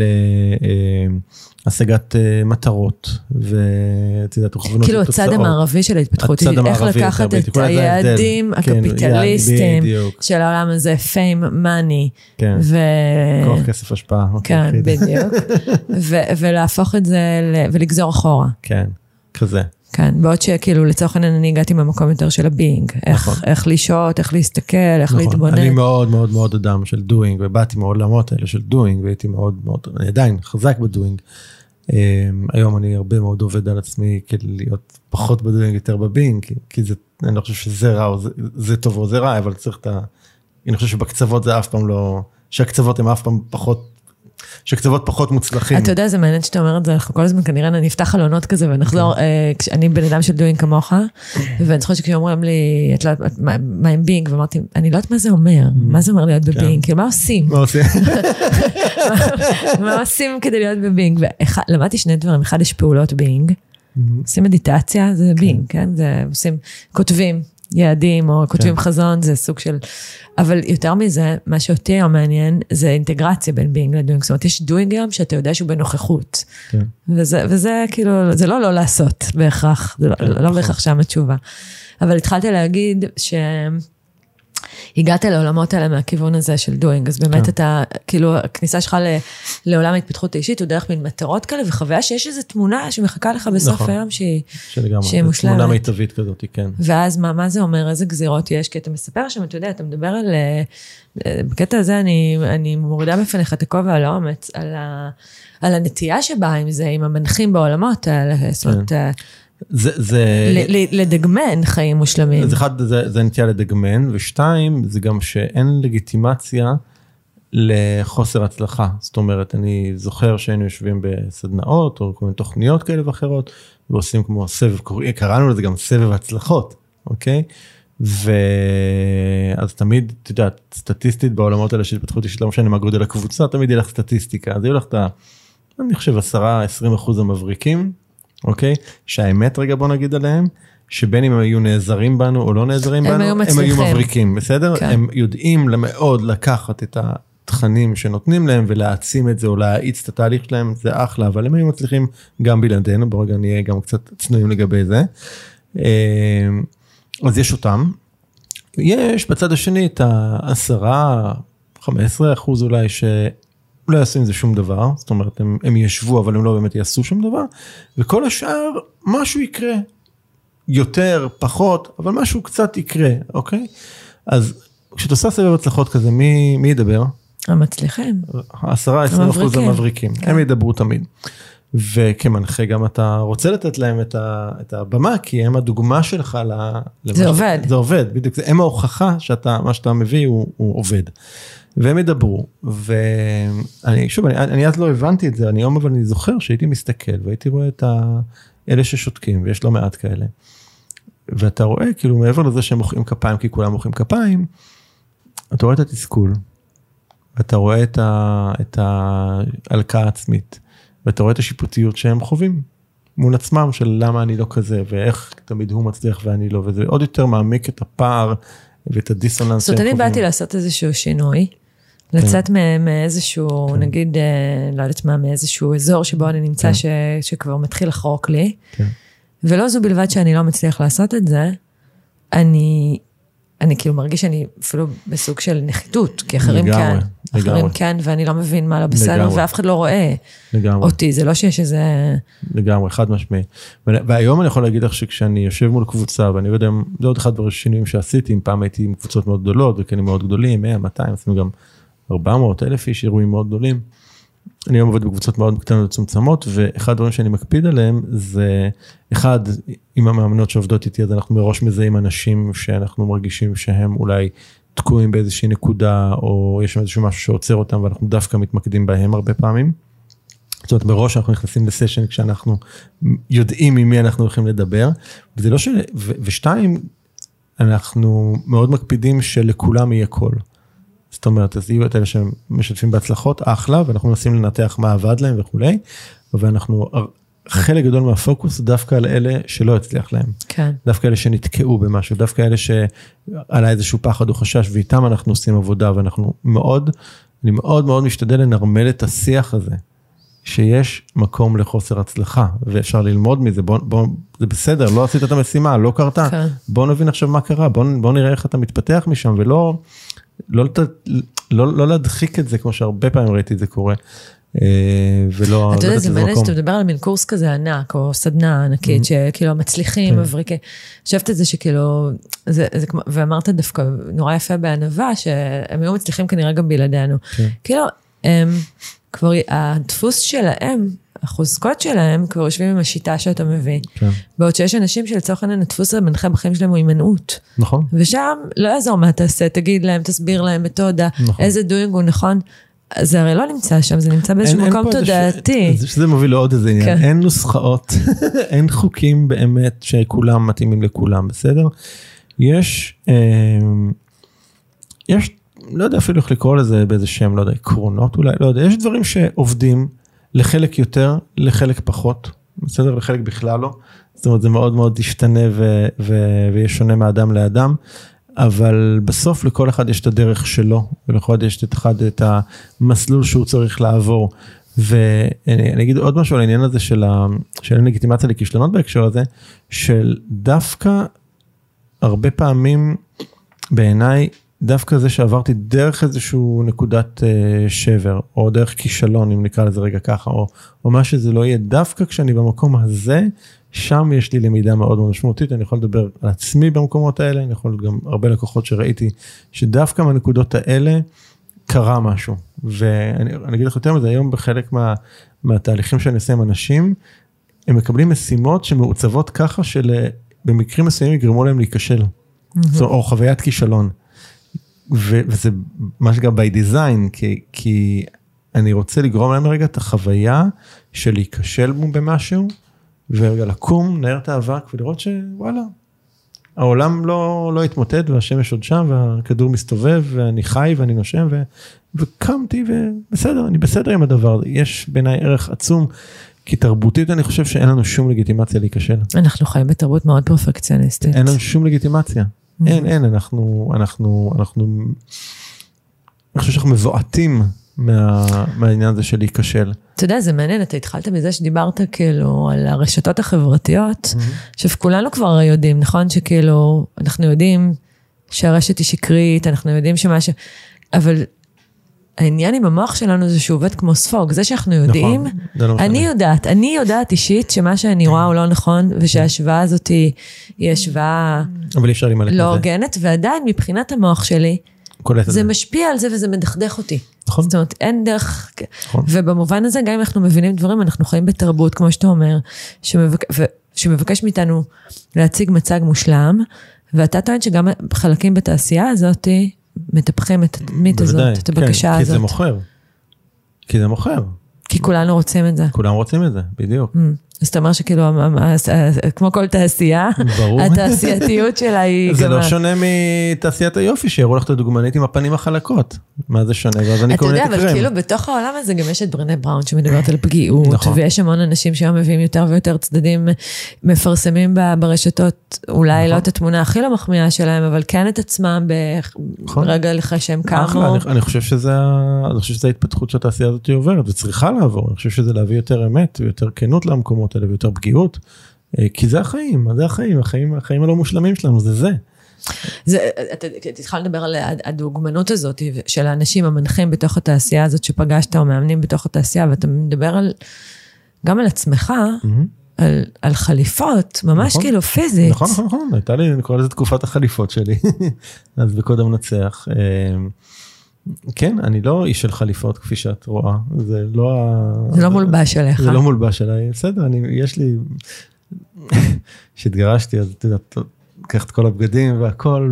השגת מטרות, ותדעת, כאילו הצד המערבי של ההתפתחות, איך לקחת את היעדים הקפיטליסטיים של העולם הזה, fame, money, כוח כסף השפעה. כן, בדיוק. ולהפוך את זה, ולגזור אחורה. כן, כזה. כן, בעוד שכאילו לצורך העניין אני הגעתי מהמקום יותר של הביינג, איך לשעות, איך להסתכל, איך להתבונן. אני מאוד מאוד מאוד אדם של doing, ובאתי מעולמות האלה של doing, והייתי מאוד מאוד, אני עדיין חזק בדוינג. היום אני הרבה מאוד עובד על עצמי כדי להיות פחות בדוינג, יותר בביינג, כי זה, אני לא חושב שזה רע, או זה טוב או זה רע, אבל צריך את ה... אני חושב שבקצוות זה אף פעם לא, שהקצוות הם אף פעם פחות שקצוות פחות מוצלחים. אתה יודע, זה מעניין שאתה אומר את זה, אנחנו כל הזמן כנראה נפתח חלונות כזה, ונחזור, אני בן אדם של דוינג כמוך, ואני זוכרת שכשאומרים לי, את לא יודעת, מה עם בינג, ואמרתי, אני לא יודעת מה זה אומר, מה זה אומר להיות בבינג, כאילו, מה עושים? מה עושים? מה עושים כדי להיות בבינג? למדתי שני דברים, אחד יש פעולות בינג, עושים מדיטציה, זה בינג, כן? זה עושים, כותבים יעדים, או כותבים חזון, זה סוג של... אבל יותר מזה, מה שאותי היום מעניין, זה אינטגרציה בין בינג לדוינג. זאת אומרת, יש דוינג היום שאתה יודע שהוא בנוכחות. וזה, וזה כאילו, זה לא לא לעשות בהכרח, זה לא בהכרח שם התשובה. אבל התחלתי להגיד ש... הגעת לעולמות האלה מהכיוון הזה של דוינג, אז באמת אתה, כאילו, הכניסה שלך לעולם ההתפתחות האישית, הוא דרך מין מטרות כאלה, וחוויה שיש איזו תמונה שמחכה לך בסוף היום שהיא מושלמת. תמונה מיטבית כזאת, כן. ואז מה, מה זה אומר, איזה גזירות יש? כי אתה מספר שם, אתה יודע, אתה מדבר על, בקטע הזה אני, אני מורידה בפניך את הכובע על האומץ, על, ה, על הנטייה שבאה עם זה, עם המנחים בעולמות האלה, זאת אומרת, זה, זה... לדגמן חיים מושלמים. זה אחד, זה, זה נטייה לדגמן, ושתיים, זה גם שאין לגיטימציה לחוסר הצלחה. זאת אומרת, אני זוכר שהיינו יושבים בסדנאות, או כל מיני תוכניות כאלה ואחרות, ועושים כמו סבב, קראנו לזה גם סבב הצלחות, אוקיי? ואז תמיד, אתה יודע, סטטיסטית בעולמות האלה של התפתחות אישית, לא משנה מה גודל הקבוצה, תמיד יהיה לך סטטיסטיקה, אז יהיו לך את ה... אני חושב עשרה, עשרים אחוז המבריקים, אוקיי? שהאמת רגע בוא נגיד עליהם, שבין אם הם היו נעזרים בנו או לא נעזרים בנו, הם הם היו מבריקים, בסדר? הם יודעים מאוד לקחת את התכנים שנותנים להם ולהעצים את זה או להאיץ את התהליך שלהם, זה אחלה, אבל הם היו מצליחים גם בלעדינו, ברגע נהיה גם קצת צנועים לגבי זה. אז יש אותם. יש בצד השני את העשרה, חמש עשרה אחוז אולי ש... לא יעשו עם זה שום דבר, זאת אומרת, הם, הם ישבו, אבל הם לא באמת יעשו שום דבר, וכל השאר, משהו יקרה, יותר, פחות, אבל משהו קצת יקרה, אוקיי? אז כשאתה עושה סבב הצלחות כזה, מי, מי ידבר? המצליחים. עשרה, עשרים אחוז המבריקים, כן. הם ידברו תמיד. וכמנחה גם אתה רוצה לתת להם את, ה, את הבמה, כי הם הדוגמה שלך ל... זה עובד. זה עובד, בדיוק, זה הם ההוכחה שאתה, מה שאתה מביא הוא, הוא עובד. והם ידברו, ואני, שוב, אני, אני אז לא הבנתי את זה, אני היום אבל אני זוכר שהייתי מסתכל, והייתי רואה את אלה ששותקים, ויש לא מעט כאלה. ואתה רואה, כאילו, מעבר לזה שהם מוחאים כפיים, כי כולם מוחאים כפיים, אתה רואה את התסכול, ואתה רואה את, ה, את ההלקאה העצמית, ואתה רואה את השיפוטיות שהם חווים, מול עצמם של למה אני לא כזה, ואיך תמיד הוא מצליח ואני לא, וזה עוד יותר מעמיק את הפער, ואת הדיסוננס. זאת אומרת, אני באתי לעשות איזשהו שינוי, לצאת מאיזשהו, נגיד, לא יודעת מה, מאיזשהו אזור שבו אני נמצא שכבר מתחיל לחרוק לי, ולא זו בלבד שאני לא מצליח לעשות את זה, אני, אני כאילו מרגיש שאני אפילו בסוג של נחיתות, כי אחרים כאן, אחרים כאן, ואני לא מבין מה לא בסדר, ואף אחד לא רואה אותי, זה לא שיש איזה... לגמרי, חד משמעי. והיום אני יכול להגיד לך שכשאני יושב מול קבוצה, ואני יודע, זה עוד אחד בשינויים שעשיתי, אם פעם הייתי עם קבוצות מאוד גדולות, וכנים מאוד גדולים, מאה, מאתיים, עשינו גם ארבע מאות אלף איש, אירועים מאוד גדולים. אני היום עובד בקבוצות מאוד קטנות וצומצמות, ואחד הדברים שאני מקפיד עליהם, זה אחד, עם המאמנות שעובדות איתי, אז אנחנו מראש מזהים אנשים שאנחנו מרגישים שהם אולי תקועים באיזושהי נקודה, או יש שם איזשהו משהו שעוצר אותם, ואנחנו דווקא מתמקדים בהם הרבה פעמים. זאת אומרת, מראש אנחנו נכנסים לסשן, כשאנחנו יודעים עם מי אנחנו הולכים לדבר, וזה לא ש... ו... ושתיים, אנחנו מאוד מקפידים שלכולם יהיה קול. זאת אומרת, אז יהיו את אלה שמשתפים בהצלחות, אחלה, ואנחנו מנסים לנתח מה עבד להם וכולי, ואנחנו, חלק גדול מהפוקוס, דווקא על אלה שלא הצליח להם. כן. דווקא אלה שנתקעו במשהו, דווקא אלה שעלה איזשהו פחד או חשש, ואיתם אנחנו עושים עבודה, ואנחנו מאוד, אני מאוד מאוד משתדל לנרמל את השיח הזה, שיש מקום לחוסר הצלחה, ואפשר ללמוד מזה, בוא, בוא, זה בסדר, לא עשית את המשימה, לא קרתה, כן. בוא נבין עכשיו מה קרה, בוא, בוא נראה איך אתה מתפתח משם, ולא, לא, לא, לא להדחיק את זה, כמו שהרבה פעמים ראיתי את זה קורה, ולא... אתה יודע, זה מעניין שאתה מדבר על מין קורס כזה ענק, או סדנה ענקית, שכאילו מצליחים, מבריקי, חשבת את זה שכאילו, ואמרת דווקא נורא יפה בענווה, שהם היו מצליחים כנראה גם בלעדינו. כאילו, כבר הדפוס שלהם, החוזקות שלהם, כבר יושבים עם השיטה שאתה מביא. בעוד שיש אנשים שלצורך העניין, הדפוס המנחה בחיים שלהם הוא הימנעות. נכון. ושם לא יעזור מה תעשה, תגיד להם, תסביר להם מתודה, איזה דוינג הוא נכון, זה הרי לא נמצא שם, זה נמצא באיזשהו מקום תודעתי. שזה מוביל לעוד איזה עניין, אין נוסחאות, אין חוקים באמת שכולם מתאימים לכולם, בסדר? יש, יש, לא יודע אפילו איך לקרוא לזה באיזה שם, לא יודע, עקרונות אולי, לא יודע, יש דברים שעובדים לחלק יותר, לחלק פחות, בסדר? לחלק בכלל לא, זאת אומרת, זה מאוד מאוד ישתנה ויש שונה מאדם לאדם, אבל בסוף לכל אחד יש את הדרך שלו, ולכל אחד יש את אחד את המסלול שהוא צריך לעבור, ואני אגיד עוד משהו על העניין הזה של הלגיטימציה לכישלונות בהקשר הזה, של דווקא הרבה פעמים בעיניי, דווקא זה שעברתי דרך איזשהו נקודת שבר, או דרך כישלון, אם נקרא לזה רגע ככה, או, או מה שזה לא יהיה, דווקא כשאני במקום הזה, שם יש לי למידה מאוד מאוד משמעותית, אני יכול לדבר על עצמי במקומות האלה, אני יכול גם הרבה לקוחות שראיתי, שדווקא מהנקודות האלה, קרה משהו, ואני אגיד לך יותר מזה, היום בחלק מה, מהתהליכים שאני עושה עם אנשים, הם מקבלים משימות שמעוצבות ככה, שבמקרים מסוימים יגרמו להם להיכשל, mm-hmm. או חוויית כישלון, ו, וזה ממש גם by design, כי, כי אני רוצה לגרום להם רגע את החוויה, של להיכשל במשהו, ורגע לקום, נער את האבק, ולראות שוואלה, העולם לא, לא התמוטט, והשמש עוד שם, והכדור מסתובב, ואני חי, ואני נושם, ו, וקמתי, ובסדר, אני בסדר עם הדבר. יש בעיניי ערך עצום, כי תרבותית אני חושב שאין לנו שום לגיטימציה להיכשל. אנחנו חיים בתרבות מאוד פרפקציוניסטית. אין לנו שום לגיטימציה. אין, אין, אנחנו, אנחנו, אנחנו, אני חושב שאנחנו מבועטים, מה, מהעניין הזה של להיכשל. אתה יודע, זה מעניין, אתה התחלת מזה שדיברת כאילו על הרשתות החברתיות, שכולנו כבר יודעים, נכון? שכאילו, אנחנו יודעים שהרשת היא שקרית, אנחנו יודעים שמה ש... אבל העניין עם המוח שלנו זה שהוא עובד כמו ספוג, זה שאנחנו יודעים, אני יודעת, אני יודעת אישית שמה שאני רואה הוא לא נכון, ושההשוואה הזאת היא השוואה לא הוגנת, ועדיין מבחינת המוח שלי, זה משפיע על זה וזה מדכדך אותי. נכון. זאת אומרת, אין דרך, נכון. ובמובן הזה, גם אם אנחנו מבינים דברים, אנחנו חיים בתרבות, כמו שאתה אומר, שמבק... ו... שמבקש מאיתנו להציג מצג מושלם, ואתה טוען שגם חלקים בתעשייה הזאת, מטפחים את התדמית הזאת, את הבקשה כן, הזאת. כי זה מוכר. כי זה מוכר. כי כולנו רוצים את זה. כולם רוצים את זה, בדיוק. אז אתה אומר שכאילו, כמו כל תעשייה, התעשייתיות שלה היא... זה לא שונה מתעשיית היופי, שיראו לך את הדוגמנית עם הפנים החלקות. מה זה שונה? ואז אני קורא את הקרם. אתה יודע, אבל כאילו בתוך העולם הזה גם יש את ברנה בראון, שמדברת על פגיעות, ויש המון אנשים שהיום מביאים יותר ויותר צדדים, מפרסמים ברשתות, אולי לא את התמונה הכי לא מחמיאה שלהם, אבל כן את עצמם ברגע לך שהם קמו. אני חושב שזה ההתפתחות שהתעשייה הזאת עוברת, וצריכה לעבור. אני חושב שזה להביא יותר אמת, ויותר כנות למקומות האלה, ויותר פגיעות, כי זה החיים, זה החיים, החיים, החיים הלא מושלמים שלנו, זה זה. זה, אתה תתחל לדבר על הדוגמנות הזאת, של האנשים המנחים בתוך התעשייה הזאת, שפגשת או מאמנים בתוך התעשייה, ואתה מדבר על, גם על עצמך, על, על חליפות, ממש כאילו פיזית. נכון, נכון, נכון, הייתה לי, אני קורא לזה תקופת החליפות שלי, אז בקודם נצח, כן, אני לא איש של חליפות, כפי שאת רואה, זה לא... זה לא מולבש עליך. זה לא מולבש עליי, בסדר, אני, יש לי... שהתגרשתי, אז אתה יודע, לקח את כל הבגדים והכל,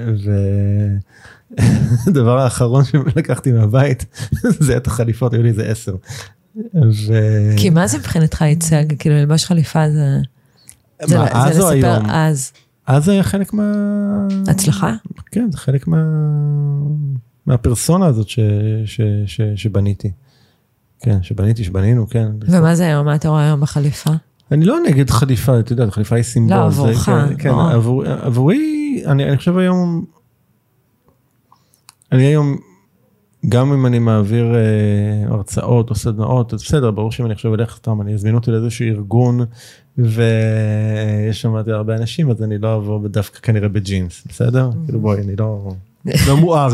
ודבר האחרון שלקחתי מהבית, זה את החליפות, היו לי איזה עשר. כי מה זה מבחינתך ייצג? כאילו, ללבש חליפה זה... זה לספר אז. אז זה היה חלק מה... הצלחה? כן, זה חלק מה... מהפרסונה הזאת ש, ש, ש, שבניתי. כן, שבניתי, שבנינו, כן. ומה זה היום? מה אתה רואה היום בחליפה? אני לא נגד חליפה, אתה יודע, חליפה היא סימבול. לא, עבורך. כן, כן, עבור, עבורי, אני, אני חושב היום, אני היום, גם אם אני מעביר אה, הרצאות או סדנאות, אז בסדר, ברור שאם אני חושב אלך סתם, אני אזמין אותי לאיזשהו ארגון, ויש שם הרבה אנשים, אז אני לא אבוא דווקא כנראה בג'ינס, בסדר? כאילו בואי, אני לא... לא מואר.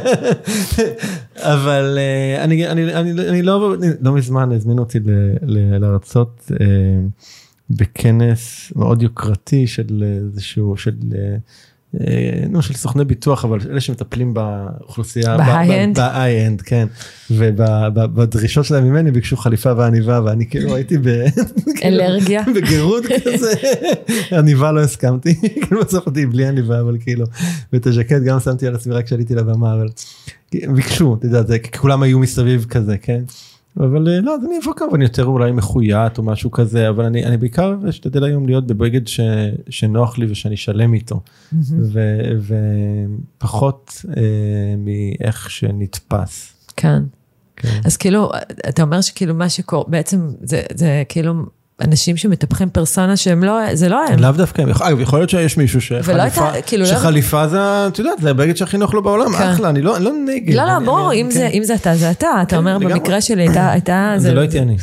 אבל אני, אני, אני, אני לא, לא מזמן הזמינו אותי להרצות בכנס מאוד יוקרתי של איזשהו, של נו, של סוכני ביטוח, אבל אלה שמטפלים באוכלוסייה, ב-high-end? ב-high-end, כן, ובדרישות שלהם ממני ביקשו חליפה ועניבה, ואני כאילו הייתי אלרגיה. בגירות כזה, עניבה לא הסכמתי, כאילו בסוף אותי בלי עניבה, אבל כאילו, ואת הז'קט גם שמתי על עצמי רק כשעליתי לבמה, אבל ביקשו, אתה יודע, כי כולם היו מסביב כזה, כן? אבל לא, אז אני אבוא כמובן יותר אולי מחויית או משהו כזה, אבל אני, אני בעיקר אשתדל היום להיות בבגד ש, שנוח לי ושאני שלם איתו, ו, ופחות אה, מאיך שנתפס. כן. כן. אז כאילו, אתה אומר שכאילו מה שקורה, בעצם זה, זה כאילו אנשים שמטפחים פרסונה שהם לא, זה לא הם. לאו דווקא, אגב, יכול להיות שיש מישהו שחליפה, כאילו שחליפה זה, את יודעת, זה הבגד שהכי נוח לו בעולם, אחלה, אני לא, לא נגד. לא, לא, ברור, אם זה אתה, זה אתה, אתה אומר במקרה שלי, הייתה, זה לא הייתי אני.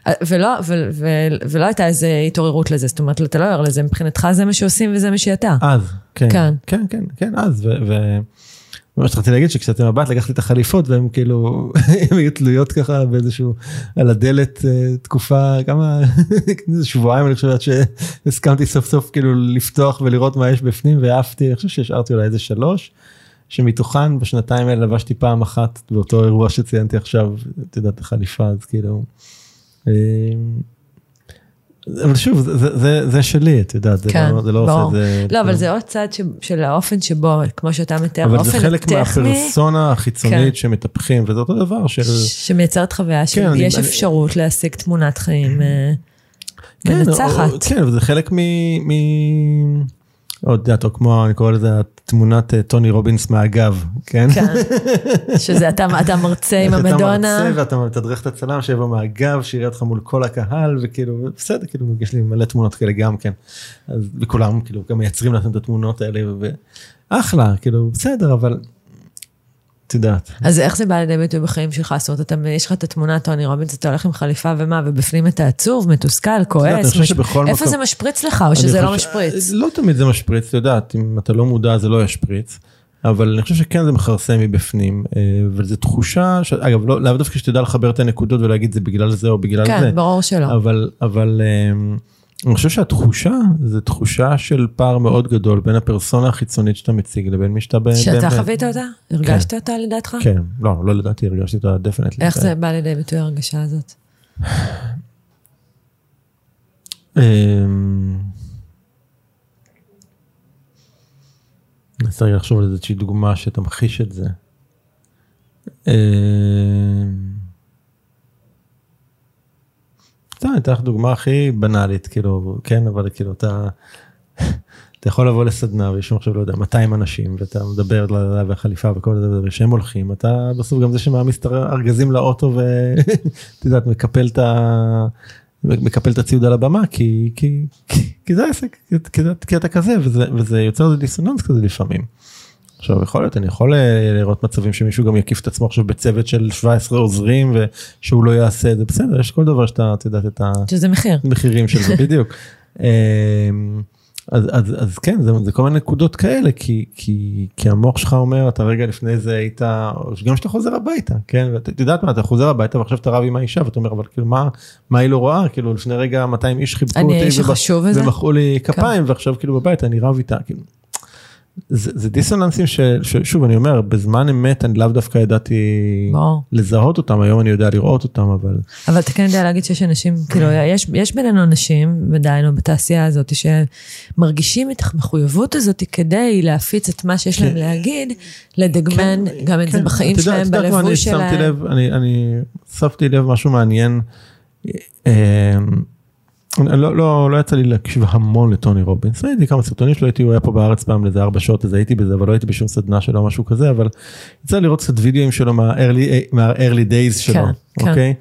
ולא הייתה איזו התעוררות לזה, זאת אומרת, אתה לא ער לזה, מבחינתך זה מה שעושים וזה מה שאתה. אז, כן, כן, כן, כן, אז, ו... מה שרציתי להגיד שכשאתם מבט לקחתי את החליפות והם כאילו, הם היו תלויות ככה באיזשהו, על הדלת תקופה, כמה, שבועיים אני חושבת שהסכמתי סוף סוף כאילו לפתוח ולראות מה יש בפנים ואהבתי, אני חושב שהשארתי אולי איזה שלוש, שמתוכן בשנתיים האלה לבשתי פעם אחת באותו אירוע שציינתי עכשיו, את יודעת החליפה, אז כאילו, אבל שוב, זה, זה, זה שלי, את יודעת, זה כן, לא, זה לא עושה את זה. לא, אבל זה עוד צד ש, של האופן שבו, כמו שאתה מתאר, אבל זה חלק מהפרסונה החיצונית שמטפחים, וזה אותו דבר של... שמייצרת חוויה, שיש אפשרות להשיג תמונת חיים מנצחת. כן, וזה חלק מ... עוד יודעת, או כמו, אני קורא לזה, תמונת טוני רובינס מהגב, כן? כן, שזה אתה מרצה עם המדונה. אתה מרצה ואתה מתדרך את הצלם שיבוא מהגב, שיראה אותך מול כל הקהל, וכאילו, בסדר, כאילו, יש לי מלא תמונות כאלה גם, כן. אז בכולם, כאילו, גם מייצרים לכם את התמונות האלה, ואחלה, כאילו, בסדר, אבל... תדעת. אז איך זה בא לידי ביטוי בחיים שלך? זאת אומרת, יש לך את התמונה טוני רובינס, אתה הולך עם חליפה ומה, ובפנים אתה עצוב, מתוסכל, כועס. איפה זה משפריץ לך, או שזה לא משפריץ? לא תמיד זה משפריץ, אתה יודעת, אם אתה לא מודע, זה לא ישפריץ, אבל אני חושב שכן זה מחרסם מבפנים, וזו תחושה, אגב, לאו דווקא שתדע לחבר את הנקודות ולהגיד זה בגלל זה או בגלל זה. כן, ברור שלא. אבל אני חושב שהתחושה, זו תחושה של פער מאוד גדול, בין הפרסונה החיצונית שאתה מציג, לבין מי שאתה באמת... שאתה חווית אותה? הרגשת אותה לדעתך? כן, לא, לא לדעתי, הרגשתי אותה דפנטלי. איך זה בא לידי ביטוי הרגשה הזאת? אני צריך לחשוב על איזושהי דוגמה שתמחיש את זה. אני אתן לך דוגמה הכי בנאלית, כאילו, כן, אבל כאילו, אתה, אתה יכול לבוא לסדנה, ויש שם עכשיו, לא יודע, מאתיים אנשים, ואתה מדבר על החליפה וכל זה, ושהם הולכים, אתה בסוף גם זה שמעמיס את הארגזים לאוטו, ואתה יודעת, מקפל את ה... מקפל את הציוד על הבמה, כי, כי, כי, כי זה עסק, כי, כי אתה כזה, וזה, וזה יוצר איזה דיסוננס כזה לפעמים. עכשיו, יכול להיות, אני יכול לראות מצבים שמישהו גם יקיף את עצמו עכשיו בצוות של שבע עשרה עוזרים, ושהוא לא יעשה את זה, בסדר, יש כל דבר שאתה, את יודעת, את שזה מחיר. המחירים של זה, בדיוק. אז, אז, אז כן, זה, זה כל מיני נקודות כאלה, כי, כי, כי המוח שלך אומר, אתה רגע לפני זה היית, גם שאתה חוזר הביתה, כן, ואת יודעת מה, אתה חוזר הביתה, ועכשיו אתה רב עם האישה, ואתה אומר, אבל כאילו, מה, מה היא לא רואה? כאילו, לפני רגע מאתיים איש חיבקו אותי, ומחאו לי כפיים, ועכשיו כאילו בבית, אני רב איתה, כאילו. זה, זה דיסוננסים ש, ששוב, אני אומר, בזמן אמת, אני לאו דווקא ידעתי לזהות אותם, היום אני יודע לראות אותם, אבל... אבל אתה כן יודע להגיד שיש אנשים, כאילו, יש, יש בינינו אנשים, ודיינו, בתעשייה הזאת, שמרגישים את המחויבות הזאת, כדי להפיץ את מה שיש להם להגיד, לדגמן גם את זה בחיים שלהם, בלבוש שלהם. שמתי לב, אני, אני שמתי לב משהו מעניין, לא, לא, לא יצא לי להקשיב המון לטוני רובינס, הייתי כמה סרטונים שלו, הייתי, הוא היה פה בארץ פעם לזה ארבע שעות, אז הייתי בזה, אבל לא הייתי בשום סדנה שלו או משהו כזה, אבל יצא לראות קצת וידאוים שלו מה-early days שלו, אוקיי?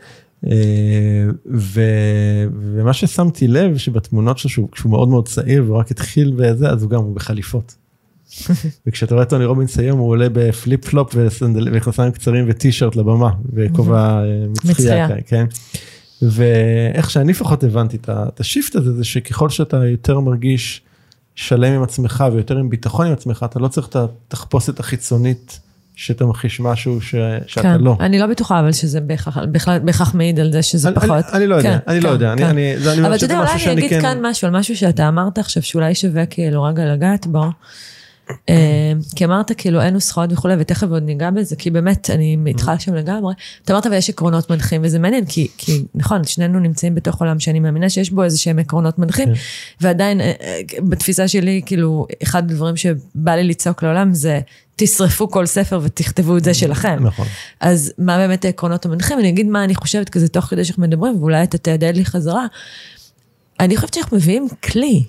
ומה ששמתי לב, שבתמונות שלו, כשהוא מאוד מאוד צעיר, והוא רק התחיל וזה, אז הוא גם, הוא בחליפות. וכשאתה רואה טוני רובינס היום, הוא עולה בפליפ פלופ, ומכנסיים קצרים וטי-שירט לבמה, וכובע מצחייה, כן? ואיך שאני לפחות הבנתי את השיפט הזה, זה שככל שאתה יותר מרגיש שלם עם עצמך, ויותר עם ביטחון עם עצמך, אתה לא צריך את התחפושת החיצונית, שאתה מכחיש משהו שאתה לא. אני לא בטוחה, אבל שזה בהכרח מעיד על זה שזה פחות. אני לא יודע, אני לא יודע. אבל אתה יודע, אולי אני אגיד כאן משהו, על משהו שאתה אמרת עכשיו, שאולי שווה כאילו רגע לגעת בו, כי אמרת כאילו אין נוסחאות וכו', ותכף עוד ניגע בזה, כי באמת אני מתחלה שם לגמרי, אתה אמרת ויש עקרונות מנחים, וזה מעניין, כי, כי נכון, שנינו נמצאים בתוך עולם שאני מאמינה שיש בו איזה שהם עקרונות מנחים, ועדיין בתפיסה שלי, כאילו, אחד הדברים שבא לי לצעוק לעולם, זה תשרפו כל ספר ותכתבו את זה שלכם. נכון. אז מה באמת העקרונות המנחים? אני אגיד מה אני חושבת כזה תוך כדי שאנחנו מדברים, ואולי אתה תעדד לי חזרה. אני חושבת שאנחנו מביאים כלי,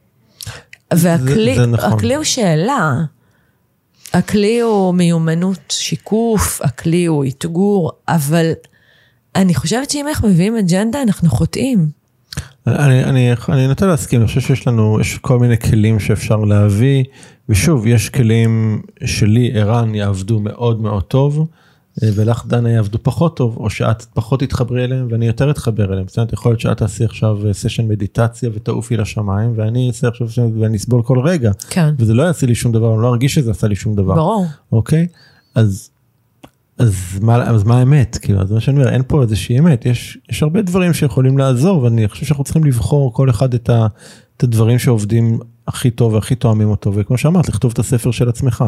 והכלי זה, זה נכון. הכלי הוא שאלה, הכלי הוא מיומנות שיקוף, הכלי הוא התגור, אבל אני חושבת שאם אנחנו מביאים אג'נדה, אנחנו חוטאים. אני, אני, אני נוטה להסכים, אני חושב שיש לנו, יש כל מיני כלים שאפשר להביא, ושוב, יש כלים שלי, ערן, יעבדו מאוד מאוד טוב, ולך דנה יעבדו פחות טוב, או שאת פחות תתחברי אליהם, ואני יותר אתחבר אליהם. זאת אומרת, יכול להיות שאת תעשי עכשיו סשן מדיטציה, ותעופי לשמיים, ואני אעשה עכשיו, ואני אסבול כל רגע. כן. וזה לא יעשה לי שום דבר, אני לא ארגיש שזה עשה לי שום דבר. ברור. אוקיי? אז, אז מה, אז מה האמת? כאילו, אז מה שאני אומר, אין פה איזושהי אמת. יש, יש הרבה דברים שיכולים לעזור, ואני חושב שאנחנו צריכים לבחור כל אחד את ה, את הדברים שעובדים הכי טוב, והכי תואמים אותו, וכמו שאמרת, לכתוב את הספר של עצמך.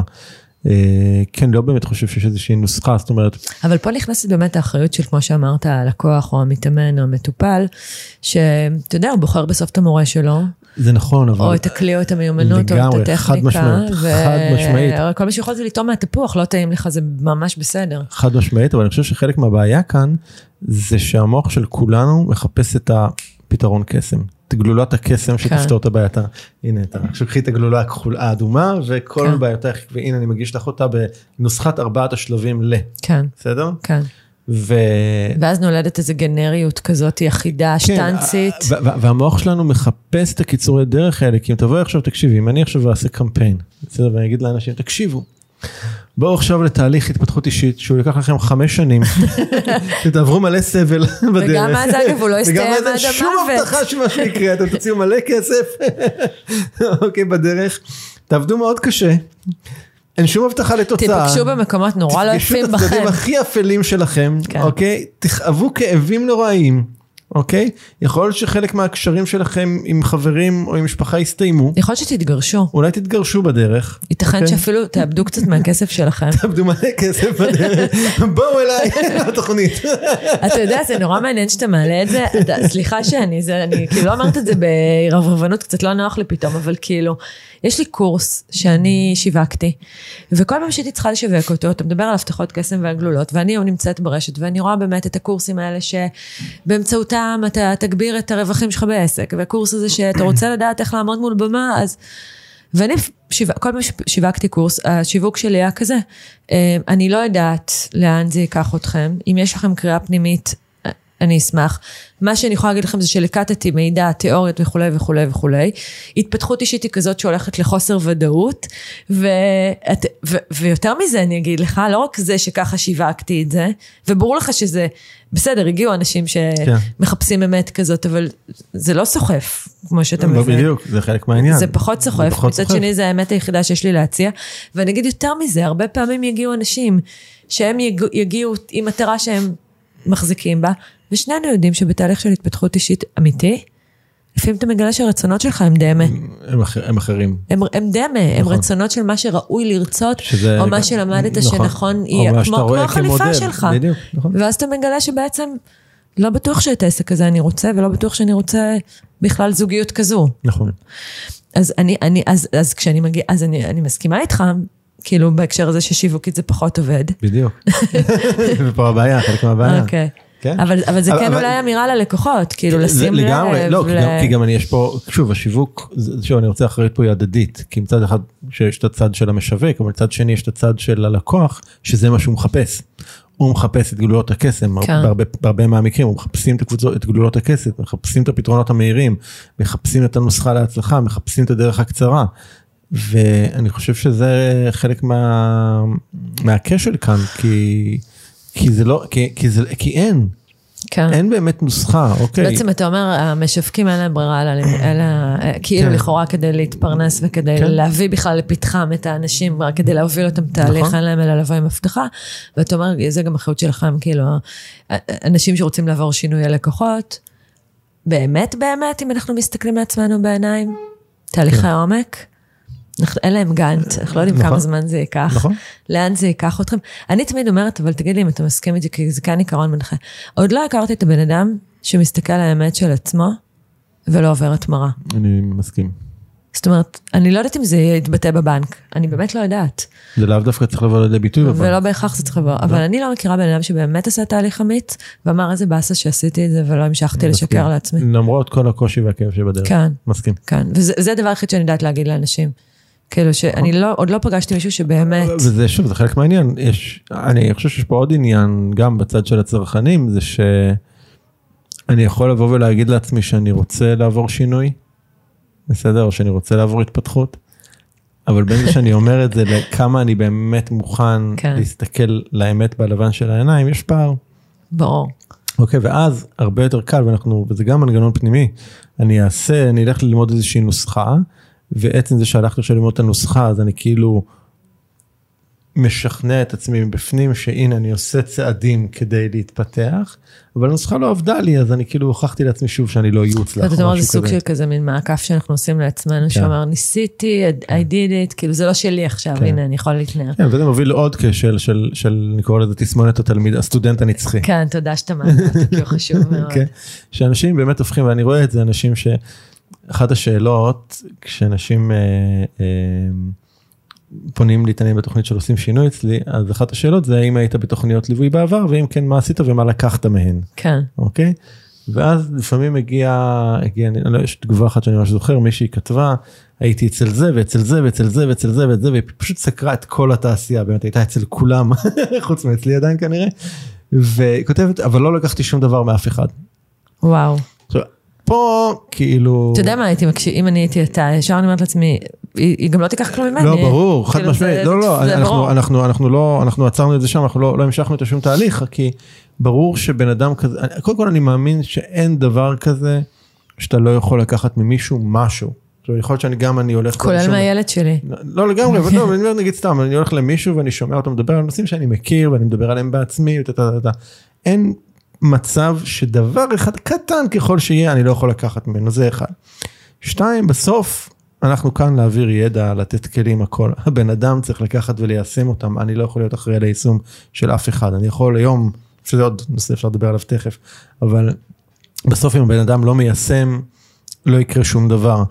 כן, לא באמת חושב שיש איזושהי נוסחה, זאת אומרת. אבל פה נכנסת באמת האחריות של, כמו שאמרת, הלקוח או המתאמן או המטופל, שאתה יודע, הוא בוחר בסוף את המורה שלו. זה נכון, אבל... או את הכלי או את המיומנות או את הטכניקה. חד משמעית, חד משמעית. כל מה שיכול זה לטעום מהתפוח, לא טעים לך, זה ממש בסדר. חד משמעית, אבל אני חושב שחלק מהבעיה כאן, זה שהמוח של כולנו מחפש את הפתרון קסם. את גלולת הקסם שתפתור את הבעייתה. הנה, אתה קחי את הגלולה האדומה, וכל בעייתך, והנה אני מגיש לך אותה בנוסחת ארבעת השלבים ל. כן. בסדר? כן. ו... ואז נולדת איזו גנריות כזאת, יחידה, שטנצית. והמוח שלנו מחפש את הקיצורי דרך האלה, כי אם תבואי עכשיו, תקשיבי, אם אני עכשיו אעשה קמפיין, בסדר, ואני אגיד לאנשים, תקשיבו, בואו עכשיו לתהליך התפתחות אישית, שהוא לקח לכם חמש שנים, תעברו מלא סבל בדרך. וגם אז אגב, הוא לא יסתיים עד המוות. שום הבטחה שמשהו יקרה, אתם תוציאו מלא כסף, אוקיי, בדרך, תעבדו מאוד קשה, אין שום הבטחה לתוצאה. תפגשו במקומות נורא לא יפים בכם. תפגשו את הצדדים הכי אפלים שלכם, אוקיי, תכאבו כאבים נוראים. אוקיי? יכול להיות שחלק מהקשרים שלכם עם חברים או עם משפחה יסתיימו. יכול להיות שתתגרשו. אולי תתגרשו בדרך. ייתכן שאפילו תאבדו קצת מהכסף שלכם. תאבדו מלא כסף בדרך. בואו אליי לתוכנית. אתה יודע, זה נורא מעניין שאתה מעלה את זה. סליחה שאני, אני כאילו לא אמרת את זה ברברבנות, קצת לא נוח לי פתאום, אבל כאילו, יש לי קורס שאני שיווקתי, וכל פעם שהייתי צריכה לשווק אותו, אתה מדבר על הבטחות קסם והגלולות, ואני היום נמצאת ברשת, ואני רואה באמת את הקורסים האלה שבאמצעותם אתה תגביר את הרווחים שלך בעסק, והקורס הזה שאתה רוצה לדעת איך לעמוד מול במה, אז, ואני, שיו... כל פעם שיווקתי קורס, השיווק שלי היה כזה, אני לא יודעת לאן זה ייקח אתכם, אם יש לכם קריאה פנימית, אני אשמח. מה שאני יכולה להגיד לכם זה שלקטתי מידע, תיאוריות וכו' וכו' וכו'. התפתחות אישית היא כזאת שהולכת לחוסר ודאות, ואת, ו, ויותר מזה אני אגיד לך, לא רק זה שככה שיווקתי את זה, וברור לך שזה, בסדר, הגיעו אנשים שמחפשים אמת כזאת, אבל זה לא סוחף, כמו שאתה מבין. לא בדיוק, זה חלק מהעניין. זה פחות סוחף, מצד שני זה האמת היחידה שיש לי להציע, ואני אגיד יותר מזה, הרבה פעמים יגיעו אנשים, שהם יגיעו עם מטרה שהם מחזיקים בה, ושנינו יודעים שבתהליך של התפתחות אישית אמיתי, לפעמים אתה מגלה שהרצונות שלך הם דמה. הם, אחר, הם אחרים. הם, הם דמה, נכון. הם רצונות של מה שראוי לרצות, שזה, או מה שלמדת נכון. שנכון יהיה, כמו, כמו החליפה שלך. בדיוק, נכון. ואז אתה מגלה שבעצם לא בטוח שאת העסק הזה אני רוצה, ולא בטוח שאני רוצה בכלל זוגיות כזו. נכון. אז, אני, אני, אז, אז כשאני מגיע, אז אני, אני מסכימה איתך, כאילו בהקשר הזה ששיווקית זה פחות עובד. בדיוק. ופה הבעיה, חלק מהבעיה. אוקיי. כן? אבל, אבל זה כן אבל, אולי אמירה ללקוחות, כאילו לשים לב. לגמרי, לא, ל... כי גם אני יש פה, שוב, השיווק, שוב, אני רוצה אחרית פה ידדית, כי מצד אחד שיש את הצד של המשווק, אבל מצד שני יש את הצד של הלקוח, שזה מה שהוא מחפש. הוא מחפש את גלולות הכסם, כן. בהרבה, בהרבה מהמקרים, הוא מחפשים את, הקבוצות, את גלולות הכסם, מחפשים את הפתרונות המהירים, מחפשים את הנוסחה להצלחה, מחפשים את הדרך הקצרה. ואני חושב שזה חלק מה, מהכשל כאן, כי... כי זה לא, כי, כי זה, כי אין, כן. אין באמת נוסחה, אוקיי. בעצם אתה אומר, המשווקים אין להם ברירה, אלא, אלא, כאילו כן. לכאורה כדי להתפרנס וכדי כן. להביא בכלל לפתחם את האנשים, רק כדי להוביל אותם תהליך, נכון. אין להם אלא לבוא עם הבטחה, ואתה אומר, זה גם אחריות שלכם, כאילו, אנשים שרוצים לעבור שינוי הלקוחות, באמת, באמת, אם אנחנו מסתכלים לעצמנו בעיניים, תהליכי כן. עומק, אין להם גאנט, אנחנו לא יודעים כמה זמן זה ייקח, לאן זה ייקח אתכם. אני תמיד אומרת, אבל תגיד לי אם אתה מסכים איתי, כי זה כאן עיקרון מנחה. עוד לא הכרתי את הבן אדם שמסתכל על האמת של עצמו, ולא עובר את מראה. אני מסכים. זאת אומרת, אני לא יודעת אם זה יתבטא בבנק, אני באמת לא יודעת. זה לאו דווקא צריך לבוא לידי ביטוי בבנק. ולא בהכרח זה צריך לבוא, אבל אני לא מכירה בן אדם שבאמת עשה תהליך אמיץ, ואמר איזה באסה שעשיתי את זה, ולא המשכתי לשקר לעצמי. למרות כל הקושי והכאב שבדרך. כן. מסכים. כן, וזה הדבר הכי שאני יודעת להגיד לאנשים. כאילו שאני לא, עוד לא פגשתי מישהו שבאמת... וזה שוב, זה חלק מהעניין. יש, אני חושב שיש פה עוד עניין, גם בצד של הצרכנים, זה שאני יכול לבוא ולהגיד לעצמי שאני רוצה לעבור שינוי, בסדר, או שאני רוצה לעבור התפתחות, אבל בין זה שאני אומר את זה, לכמה אני באמת מוכן כן. להסתכל לאמת בלבן של העיניים, יש פער. ברור. אוקיי, ואז הרבה יותר קל, ואנחנו, וזה גם מנגנון פנימי, אני אעשה, אני אלך ללמוד איזושהי נוסחה, ועצם זה שהלכתי עכשיו ללמוד את הנוסחה, אז אני כאילו משכנע את עצמי מבפנים, שהנה אני עושה צעדים כדי להתפתח, אבל הנוסחה לא עבדה לי, אז אני כאילו הוכחתי לעצמי שוב שאני לא יוצלח. אתה אומר, זה סוג של כזה מין מעקף שאנחנו עושים לעצמנו, שאומר, ניסיתי, I did it, כאילו זה לא שלי עכשיו, הנה אני יכול להתנער. כן, וזה מוביל עוד כשל של, אני קורא לזה תסמונת התלמיד, הסטודנט הנצחי. כן, תודה שאתה מעט, כי הוא חשוב מאוד. שאנשים באמת הופכים, ואני רואה את זה, אנשים ש... אחת השאלות, כשאנשים אה, אה, פונים להתעניין בתוכנית של עושים שינוי אצלי, אז אחת השאלות זה האם היית בתוכניות ליווי בעבר, ואם כן, מה עשית ומה לקחת מהן. כן. אוקיי? ואז לפעמים הגיע, הגיע, אני לא, יש תגובה אחת שאני ממש זוכר, מישהי כתבה, הייתי אצל זה ואצל זה ואצל זה ואצל זה ואצל זה, והיא פשוט סקרה את כל התעשייה, באמת הייתה אצל כולם, חוץ מאצלי עדיין כנראה, והיא כותבת, אבל לא לקחתי שום דבר מאף אחד. וואו. עכשיו, פה כאילו... אתה יודע מה הייתי מקשיב, אם אני הייתי אתה, ישר אני אומרת לעצמי, היא גם לא תיקח כלום ממני. לא, ברור, חד משמעית, לא, לא, אנחנו לא, אנחנו עצרנו את זה שם, אנחנו לא המשכנו את השום תהליך, כי ברור שבן אדם כזה, קודם כל אני מאמין שאין דבר כזה, שאתה לא יכול לקחת ממישהו משהו. יכול להיות שאני גם, אני הולך... כולל מהילד שלי. לא לגמרי, אבל לא, אני נגיד סתם, אני הולך למישהו ואני שומע אותו מדבר על נושאים שאני מכיר, ואני מדבר עליהם בעצמי, אין מצב שדבר אחד קטן ככל שיהיה, אני לא יכול לקחת ממנו, זה אחד. שתיים, בסוף, אנחנו כאן להעביר ידע, לתת כלים, הכל. הבן אדם צריך לקחת וליישם אותם, אני לא יכול להיות אחראי ליישום של אף אחד, אני יכול היום, שזה עוד נושא, אפשר לדבר עליו תכף, אבל בסוף אם הבן אדם לא מיישם, לא יקרה שום דבר.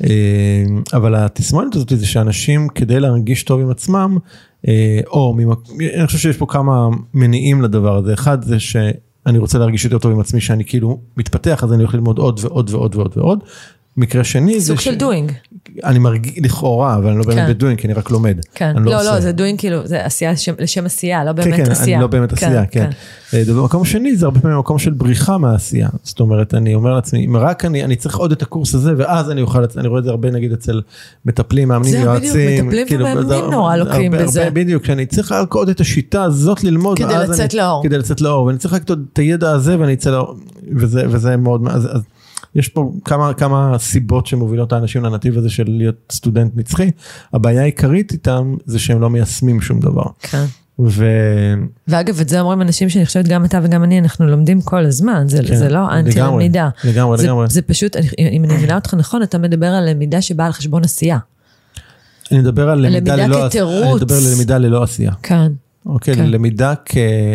אבל התסמונת הזאת זה שאנשים, כדי להרגיש טוב עם עצמם, או, אני חושב שיש פה כמה מניעים לדבר הזה, אחד זה ש... אני רוצה להרגיש יותר טוב עם עצמי, שאני כאילו מתפתח, אז אני הולך ללמוד עוד ועוד ועוד ועוד ועוד. מקרה שני, סוג של דוינג. אני מרגיש לכאורה, אבל אני לא באמת בדוינג, כי אני רק לומד. כן, לא, לא, זה דוינג כאילו, זה עשייה לשם עשייה, לא באמת עשייה. כן, לא באמת עשייה, כן. במקום שני, זה הרבה פעמים מקום של בריחה מהעשייה. זאת אומרת, אני אומר לעצמי, אם רק אני, אני צריך עוד את הקורס הזה, ואז אני אוכל, אני רואה את זה הרבה, נגיד, אצל מטפלים, מאמנים, יועצים. זה בדיוק, מטפלים ומאמנים נורא לוקחים בזה. בדיוק, שאני צריך רק עוד את השיטה הזאת ללמוד. כדי לצאת לאור. כדי לצאת לאור, ואני צריך רק את הידע הזה, ואני אצא לאור, וזה מאוד, יש פה כמה, כמה סיבות שמובילות האנשים לנתיב הזה של להיות סטודנט נצחי. הבעיה העיקרית איתם זה שהם לא מיישמים שום דבר. כן. ו... ואגב, את זה אומרים אנשים שאני חושבת גם אתה וגם אני, אנחנו לומדים כל הזמן, זה, כן. זה לא אנטי למידה. לגמרי, זה, לגמרי. זה פשוט, אם אני מבינה אותך נכון, אתה מדבר על למידה שבאה על חשבון עשייה. אני מדבר על למידה, למידה ללא, כתירוץ. אני מדבר על למידה ללא עשייה. כן. אוקיי, כן. למידה כ...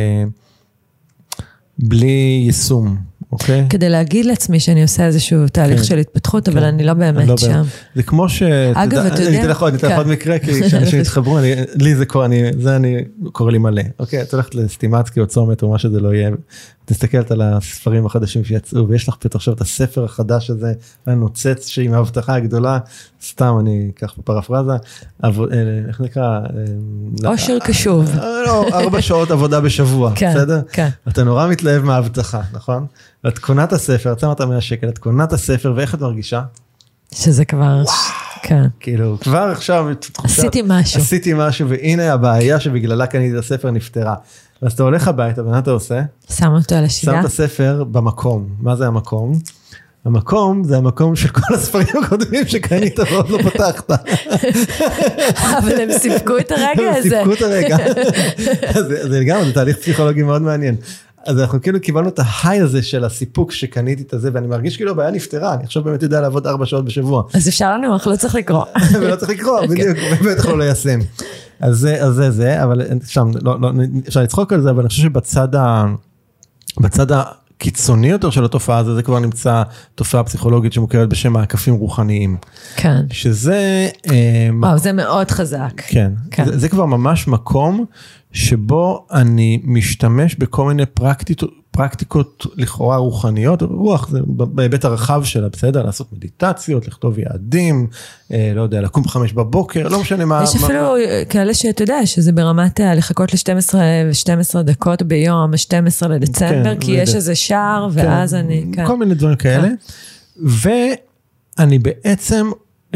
בלי יישום. Okay. כדי להגיד לעצמי שאני עושה איזשהו תהליך okay. של התפתחות, אבל okay. אני לא באמת לא שם. באמת. זה כמו ש... אגב, אתה יודע... אני אתן לך עוד, אני אתן לך עוד מקרה, כי כשאנשים יתחברו, אני, לי זה קורה, אני, זה אני קורא לי מלא. אוקיי, את הולכת לסטימצקי או צומת או מה שזה לא יהיה, תסתכלת על הספרים החדשים שיצאו, ויש לך פתאום עכשיו את הספר החדש הזה, הנוצץ שעם ההבטחה הגדולה, סתם אני אקח בפרפרזה, איך נקרא? אושר קשוב. לא, ארבע שעות עבודה בשבוע, בסדר? כן. אתה נורא מתלהב מההבטחה, נכון? ואת קונת הספר, צמת מאה שקל, את קונת הספר, ואיך את מרגישה? שזה כבר... כן. כאילו, כבר עכשיו... עשיתי משהו. עשיתי משהו, והנה הבעיה שבגללה קניתי את הספר נפתרה. אז אתה הולך הביתה, ומה אתה עושה? שם אותו על השידה. שם את הספר במקום. מה זה המקום? המקום זה המקום של כל הספרים הקודמים שקנית ועוד לא פתחת. אבל הם סיפקו את הרגע הזה. הם סיפקו את הרגע. זה גם, זה תהליך פסיכולוגי מאוד מעניין. אז אנחנו כאילו קיבלנו את ההיי הזה של הסיפוק שקניתי את הזה, ואני מרגיש כאילו הבעיה נפתרה, אני עכשיו באמת יודע לעבוד ארבע שעות בשבוע. אז אפשר לנו, אנחנו לא צריך לקרוא. ולא צריך לקרוא, בדיוק, באמת לא ליישם. אז זה, אז זה, זה, אבל שם, לא, לא, אפשר לצחוק על זה, אבל אני חושב שבצד ה, בצד הקיצוני יותר של התופעה הזה, זה כבר נמצא תופעה פסיכולוגית שמוכרת בשם מעקפים רוחניים. כן. שזה... וואו, זה מאוד חזק. כן. כן. זה, זה כבר ממש מקום שבו אני משתמש בכל מיני פרקטיקות, פרקטיקות לכאורה רוחניות, רוח זה בהיבט הרחב שלה, בסדר, לעשות מדיטציות, לכתוב יעדים, אה, לא יודע, לקום בחמש בבוקר, לא משנה מה... יש אפילו מה... כאלה שאתה יודע, שזה ברמת לחכות ל-שתים עשרה ו-שתים עשרה דקות ביום, ה-שתים עשרה לדצמבר, כן, כי יש איזה שער, כן, ואז אני... כן. כל מיני דברים כאלה, כן. ואני בעצם אה,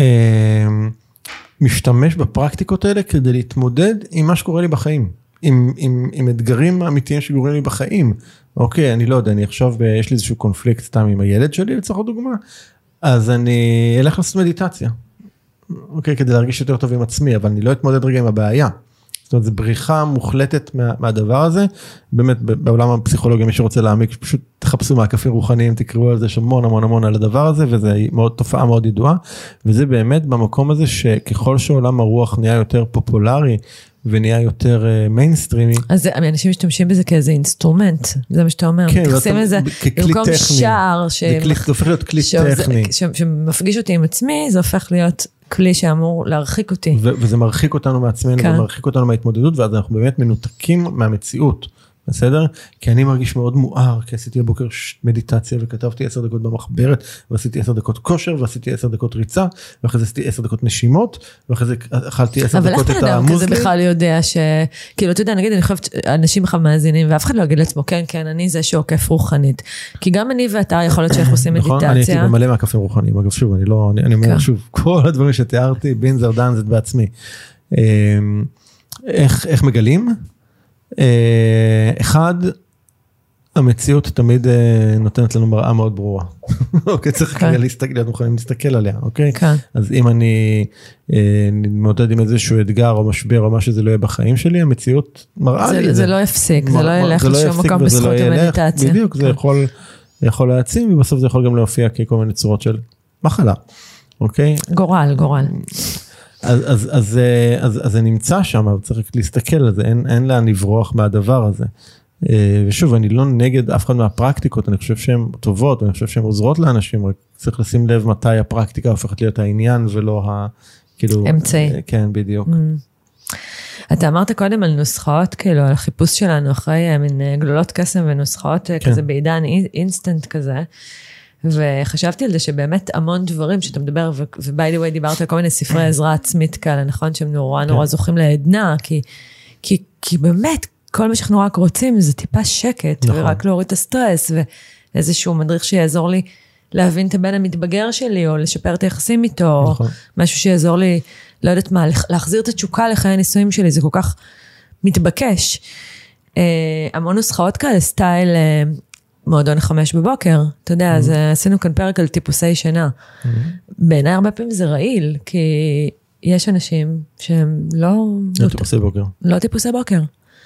משתמש בפרקטיקות האלה, כדי להתמודד עם מה שקורה לי בחיים. עם, עם, עם אתגרים אמיתיים שקורים לי בחיים. אוקיי, אני לא יודע, אני עכשיו, יש לי איזשהו קונפליקט סתם עם הילד שלי, לצורך הדוגמה, אז אני אלך לעשות מדיטציה. אוקיי, כדי להרגיש יותר טוב עם עצמי, אבל אני לא אתמודד רגע עם הבעיה. זאת אומרת, זו בריחה מוחלטת מה, מהדבר הזה. באמת, בעולם הפסיכולוגיה, מי שרוצה להעמיק, פשוט תחפשו מעקפים רוחניים, תקראו על זה שמון המון המון על הדבר הזה, וזו תופעה מאוד ידועה. וזה באמת במקום הזה, שככל שעולם הרוח נהיה יותר פופולרי, ונהיה יותר מיינסטרימי. אז אנשים משתמשים בזה כאיזה אינסטרומנט, זה מה שאתה אומר. כן, מתייחסים לזה, במקום שער, זה הופך להיות כלי טכני. שמפגיש אותי עם עצמי, זה הופך להיות כלי שאמור להרחיק אותי. וזה מרחיק אותנו מעצמנו, ומרחיק אותנו מההתמודדות, ואז אנחנו באמת מנותקים מהמציאות. בסדר? כי אני מרגיש מאוד מואר, כי עשיתי הבוקר מדיטציה, וכתבתי עשר דקות במחברת, ועשיתי עשר דקות כושר, ועשיתי עשר דקות ריצה, ואחרי זה עשיתי עשר דקות נשימות, ואחרי זה אכלתי עשר דקות את המוזלי. אבל איך אתה אדם כזה בכלל יודע ש... כאילו, אתה יודע, נגיד, אני חושבת, אנשים בכלל מאזינים, ואף אחד לא יגיד לעצמו, כן, כן, אני זה שעוקף רוחנית. כי גם אני ואתה יכול להיות שאנחנו עושים מדיטציה. נכון, אני הייתי במלא מעקפים רוחניים, אגב, שוב, אני לא, אני אומר שוב, כל הדברים שתיארתי, בינזר דן, זה בעצמי. איך, איך מגלים? אחד, המציאות תמיד נותנת לנו מראה מאוד ברורה. אוקיי, צריך כרגע להסתכל, אנחנו יכולים להסתכל עליה, אוקיי? אז אם אני מעודד עם איזשהו אתגר או משבר או מה שזה לא יהיה בחיים שלי, המציאות מראה לי. זה לא יפסיק, זה לא ילך לשום מקום בזכות המדיטציה. בדיוק, זה יכול להעצים, ובסוף זה יכול גם להופיע ככל מיני צורות של מחלה, אוקיי? גורל, גורל. אז, אז, אז, אז, אז זה נמצא שם, אבל צריך להסתכל על זה, אין, אין לאן לברוח מהדבר הזה. ושוב, אני לא נגד אף אחד מהפרקטיקות, אני חושב שהן טובות, אני חושב שהן עוזרות לאנשים, רק צריך לשים לב מתי הפרקטיקה הופכת להיות העניין, ולא ה... כאילו... אמצעי. כן, בדיוק. Mm. אתה אמרת קודם על נוסחאות, כאילו, על החיפוש שלנו, אחרי מין גלולות קסם ונוסחאות כן. כזה בעידן אינסטנט כזה, וחשבתי על זה שבאמת המון דברים שאתה מדבר, ו-by the way דיברת על כל מיני ספרי עזרה עצמית כאלה, נכון? שהם נורא נורא זוכים לעדנה, כי, כי, כי באמת כל מה שאנחנו רק רוצים זה טיפה שקט, ורק להוריד את הסטרס, ואיזשהו מדריך שיעזור לי להבין את הבן המתבגר שלי, או לשפר את היחסים איתו, או משהו שיעזור לי, לא יודעת מה, להחזיר את התשוקה לחיי הניסויים שלי, זה כל כך מתבקש. המון נוסחאות כאלה, סטייל... מועדון חמש בבוקר, אתה יודע, אז עשינו כאן פרק על טיפוסי שינה. בעיניי הרבה פעמים זה רעיל, כי יש אנשים שהם לא... לא טיפוסי בוקר. לא טיפוסי בוקר.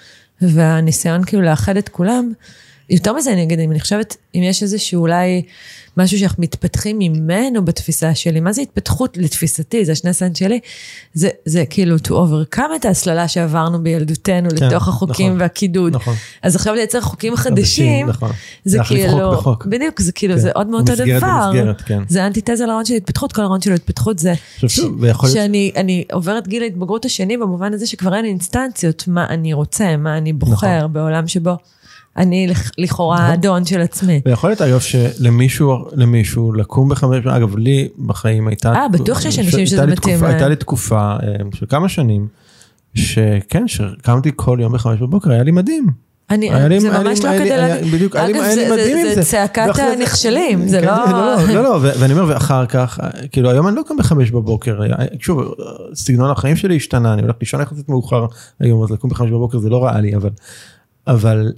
והניסיון כאילו לאחד את כולם, יותר מזה אני אגיד, אם אני חושבת, אם יש איזשהו אולי משהו שאנחנו מתפתחים ממנו בתפיסה שלי, מה זה התפתחות לתפיסתי, זה השני סנט שלי, זה, זה כאילו to overcome את ההסללה שעברנו בילדותנו, כן, לתוך החוקים נכון, והקידוד. נכון. אז עכשיו לייצר חוקים חדשים, נכון. זה כאילו, בחוק. בדיוק, זה כאילו, כן. זה עוד מאותו דבר, במסגרת, כן. זה אנטיתזה לרעיון של התפתחות, כל הרעיון של התפתחות זה, ש... שאני אני עוברת גיל ההתבגרות השני, במובן הזה שכבר אין אינסטנציות, מה אני רוצה, מה אני בוחר, נכון. בעולם שבו, אני לכאורה האדון של עצמי. ויכול להיות אגב שלמישהו, למישהו לקום בחמש, אגב לי בחיים הייתה... אה, בטוח שיש אנשים שזה מתאים. הייתה לי תקופה של כמה שנים, שכן, שקמתי כל יום בחמש בבוקר, היה לי מדהים. אני, זה ממש לא כדי להגיד. בדיוק, היה לי מדהים עם זה. זה צעקת הנכשלים, זה לא... לא, לא, ואני אומר, ואחר כך, כאילו היום אני לא קם בחמש בבוקר, שוב, סגנון החיים שלי השתנה, אני הולך לישון יחסית מאוחר היום, אז לקום בחמש בבוקר זה לא רע לי, אבל... אבל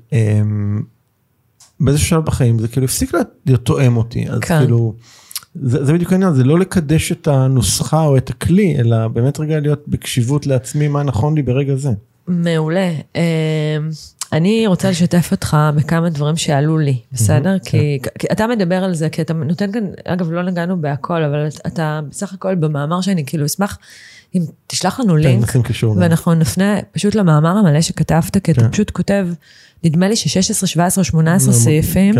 באיזשהו שלב בחיים זה כאילו הפסיק להיות תואם אותי, אז כאילו, זה בדיוק העניין, זה לא לקדש את הנוסחה או את הכלי, אלא באמת רגע להיות בקשיבות לעצמי מה נכון לי ברגע זה. מעולה. אני רוצה לשתף אותך בכמה דברים שעלו לי, בסדר? כי אתה מדבר על זה, כי אתה נותן כאן, אגב, לא נגענו בהכל, אבל אתה בסך הכל במאמר שאני כאילו אשמח, אם תשלח לנו לינק, ואנחנו נפנה פשוט למאמר המלא שכתבת, כי אתה פשוט כותב, נדמה לי ש-שש עשרה, שבע עשרה, שמונה עשרה סעיפים,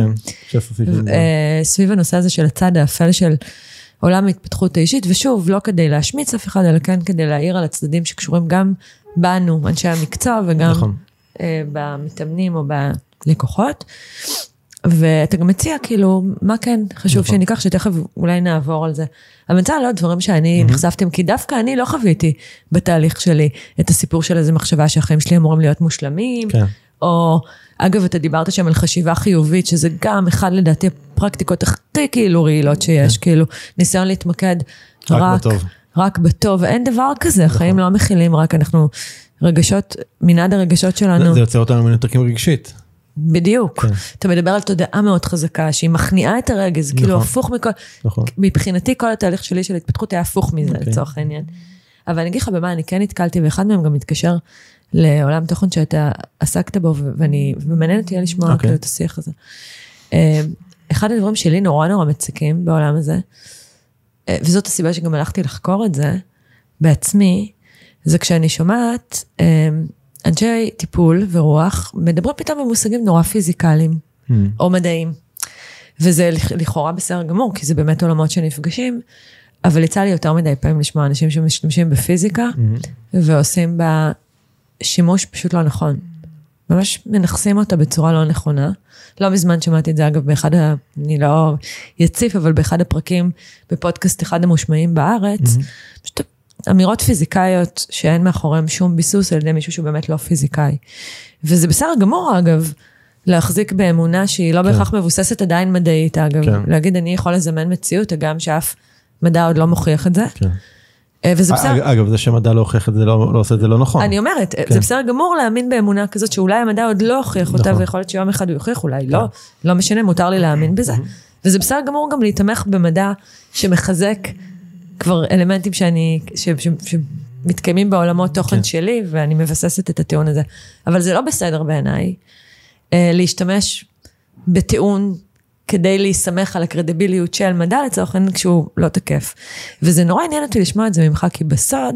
סביב הנושא הזה של הצד האפל של עולם ההתפתחות האישית, ושוב, לא כדי להשמיץ אף אחד, אלא כן כדי להעיר על הצדדים שקשורים גם בנו, אנשי המקצוע, וגם במתאמנים או בלקוחות, ואתה גם מציע כאילו, מה כן חשוב שניקח, שתכף אולי נעבור על זה. אבל מצא לא דברים שאני נחשפתם, כי דווקא אני לא חוויתי בתהליך שלי את הסיפור של איזו מחשבה שהחיים שלי אמורים להיות מושלמים, או אגב, אתה דיברת שם על חשיבה חיובית, שזה גם אחד לדעתי הפרקטיקות הכי כאילו רעילות שיש, כאילו ניסיון להתמקד רק בטוב. רק בטוב, אין דבר כזה, החיים לא מכילים, רק אנחנו רגשות, מנעד הרגשות שלנו. זה יוצא אותנו מנותקים רגשית. בדיוק. אתה מדבר על תודעה מאוד חזקה, שהיא מכניעה את הרגש, כאילו הפוך מכל, מבחינתי כל התהליך שלי של התפתחות היה הפוך מזה, לצורך העניין. אבל אני אגיד לך במה, אני כן התקלתי, ואחד מהם גם מתקשר לעולם תוכן שאתה עסקת בו, ואני, ומעניין אותי לשמוע כאילו את השיח הזה. אחד הדברים שלי נורא נורא מציקים בעולם הזה, וזאת הסיבה שגם הלכתי לחקור את זה בעצמי, זה כשאני שומעת אנשי טיפול ורוח, מדברים פתאום במושגים נורא פיזיקליים, mm. או מדעיים. וזה לכאורה בסדר גמור, כי זה באמת עולמות שנפגשים, אבל יצא לי יותר מדי פעמים לשמוע אנשים שמשתמשים בפיזיקה, mm. ועושים בה שימוש פשוט לא נכון. ממש מנחסים אותה בצורה לא נכונה. לא מזמן שמעתי את זה, אגב, באחד, ה... אני לא יציף, אבל באחד הפרקים בפודקאסט אחד המושמעים בארץ, mm-hmm. פשוט אמירות פיזיקאיות שאין מאחוריהם שום ביסוס על ידי מישהו שהוא באמת לא פיזיקאי. וזה בסדר גמור, אגב, להחזיק באמונה שהיא לא כן. בהכרח מבוססת עדיין מדעית, אגב. כן. להגיד, אני יכול לזמן מציאות, גם שאף מדע עוד לא מוכיח את זה. כן. וזה בסדר... אגב, זה שמדע לא הוכיח את זה, לא, לא עושה את זה לא נכון. אני אומרת, כן. זה בסדר גמור להאמין באמונה כזאת, שאולי המדע עוד לא הוכיח נכון. אותה, ויכול להיות שיום אחד הוא יוכיח, אולי כן. לא, לא משנה, מותר לי להאמין בזה. וזה בסדר גמור גם להתמך במדע שמחזק כבר אלמנטים שאני, ש, ש, שמתקיימים בעולמות תוכן כן. שלי, ואני מבססת את הטיעון הזה. אבל זה לא בסדר בעיניי, להשתמש בטיעון כדי להיסמך על הקרדיביליות של מדע לצורכן כשהוא לא תקף. וזה נורא עניין אותי לשמוע את זה ממך, כי בסוד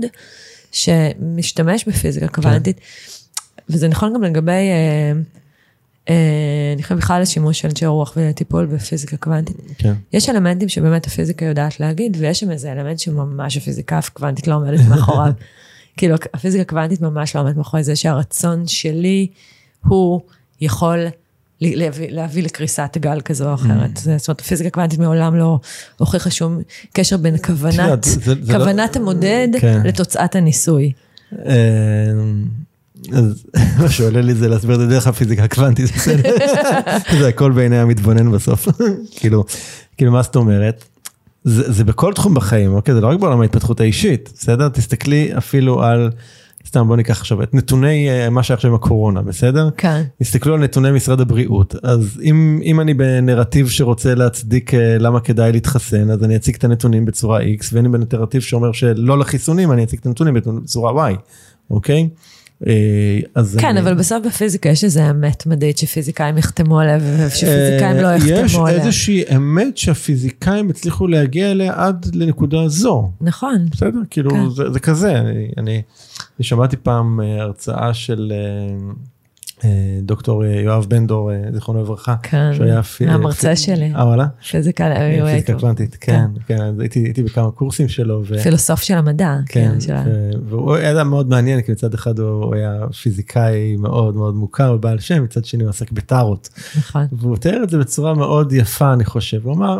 שמשתמש בפיזיקה קוונטית, וזה נכון גם לגבי, אה, אה, אני חושב בכלל לשימוש של אנשי רוח וטיפול בפיזיקה קוונטית. כן. יש אלמנטים שבאמת הפיזיקה יודעת להגיד, ויש שם איזה אלמנט שממש הפיזיקה קוונטית לא עומדת מאחוריו. כאילו הפיזיקה קוונטית ממש לא עומדת מאחורי זה, שהרצון שלי הוא יכול להביא, להביא לקריסת גל כזו או אחרת. זאת אומרת, הפיזיקה קוונטית מעולם לא הוכיחה שום קשר בין כוונת, כוונת המודד לתוצאת הניסוי. אז מה שעולה לי זה להסביר את זה דרך הפיזיקה קוונטית, זה הכל בעיני המתבונן בסוף. כאילו, כאילו מה זאת אומרת? זה בכל תחום בחיים, אוקיי? זה לא רק בעולם ההתפתחות האישית, בסדר? תסתכלי אפילו על... סתם בוא ניקח עכשיו את נתוני מה שעכשיו עם הקורונה, בסדר? כן. הסתכלו על נתוני משרד הבריאות, אז אם, אם אני בנרטיב שרוצה להצדיק למה כדאי להתחסן, אז אני אציג את הנתונים בצורה X, ואני בנרטיב שאומר שלא לחיסונים, אני אציג את הנתונים בצורה Y, אוקיי? אז כן, אני... אבל בסוף בפיזיקה יש איזה אמת מדעית שפיזיקאים יחתמו עליה, ושפיזיקאים לא יחתמו עליה. יש איזושהי אמת שהפיזיקאים הצליחו להגיע אליה עד לנקודה זו. נכון. בסדר? כאילו, כן. זה, זה כזה. אני, אני, אני שמעתי פעם הרצאה של דוקטור יואב בנדור, זיכרונו לברכה. כן, המרצה שלי. אה, וואלה? פיזיקה, פיזיקה קוונטית, כן, כן. הייתי בכמה קורסים שלו. פילוסוף של המדע. כן, והוא היה מאוד מעניין, כי מצד אחד הוא היה פיזיקאי מאוד מאוד מוכר, ובעל שם, מצד שני הוא עסק בטארות. נכון. והוא תיאר את זה בצורה מאוד יפה, אני חושב. הוא אמר,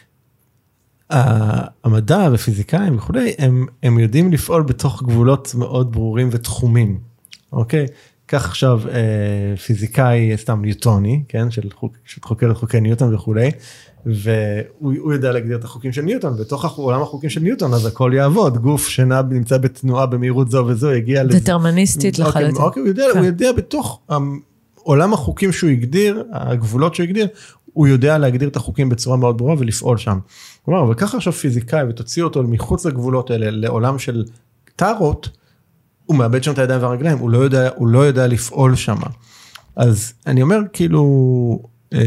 המדע ופיזיקאים וכולי, הם יודעים לפעול בתוך גבולות מאוד ברורים ותחומים. אוקיי? כך עכשיו פיזיקאי סתם ניוטוני, כן, של חוקר את חוקי ניוטון וכולי, והוא יודע להגדיר את החוקים של ניוטון, בתוך עולם החוקים של ניוטון, אז הכל יעבוד, גוף שנע נמצא בתנועה במהירות זו וזו, יגיע לזה. דטרמיניסטית לחלוטין. אוקיי, הוא יודע, הוא יודע בתוך עולם החוקים שהוא הגדיר, הגבולות שהוא הגדיר, הוא יודע להגדיר את החוקים בצורה מאוד ברורה ולפעול שם. כלומר, אבל ככה עכשיו פיזיקאי, ותוציא אותו מחוץ לגבולות האלה, לעולם של טארות, הוא מאבד שם את הידיים והרגליים, הוא לא יודע, הוא לא יודע לפעול שם. אז אני אומר כאילו,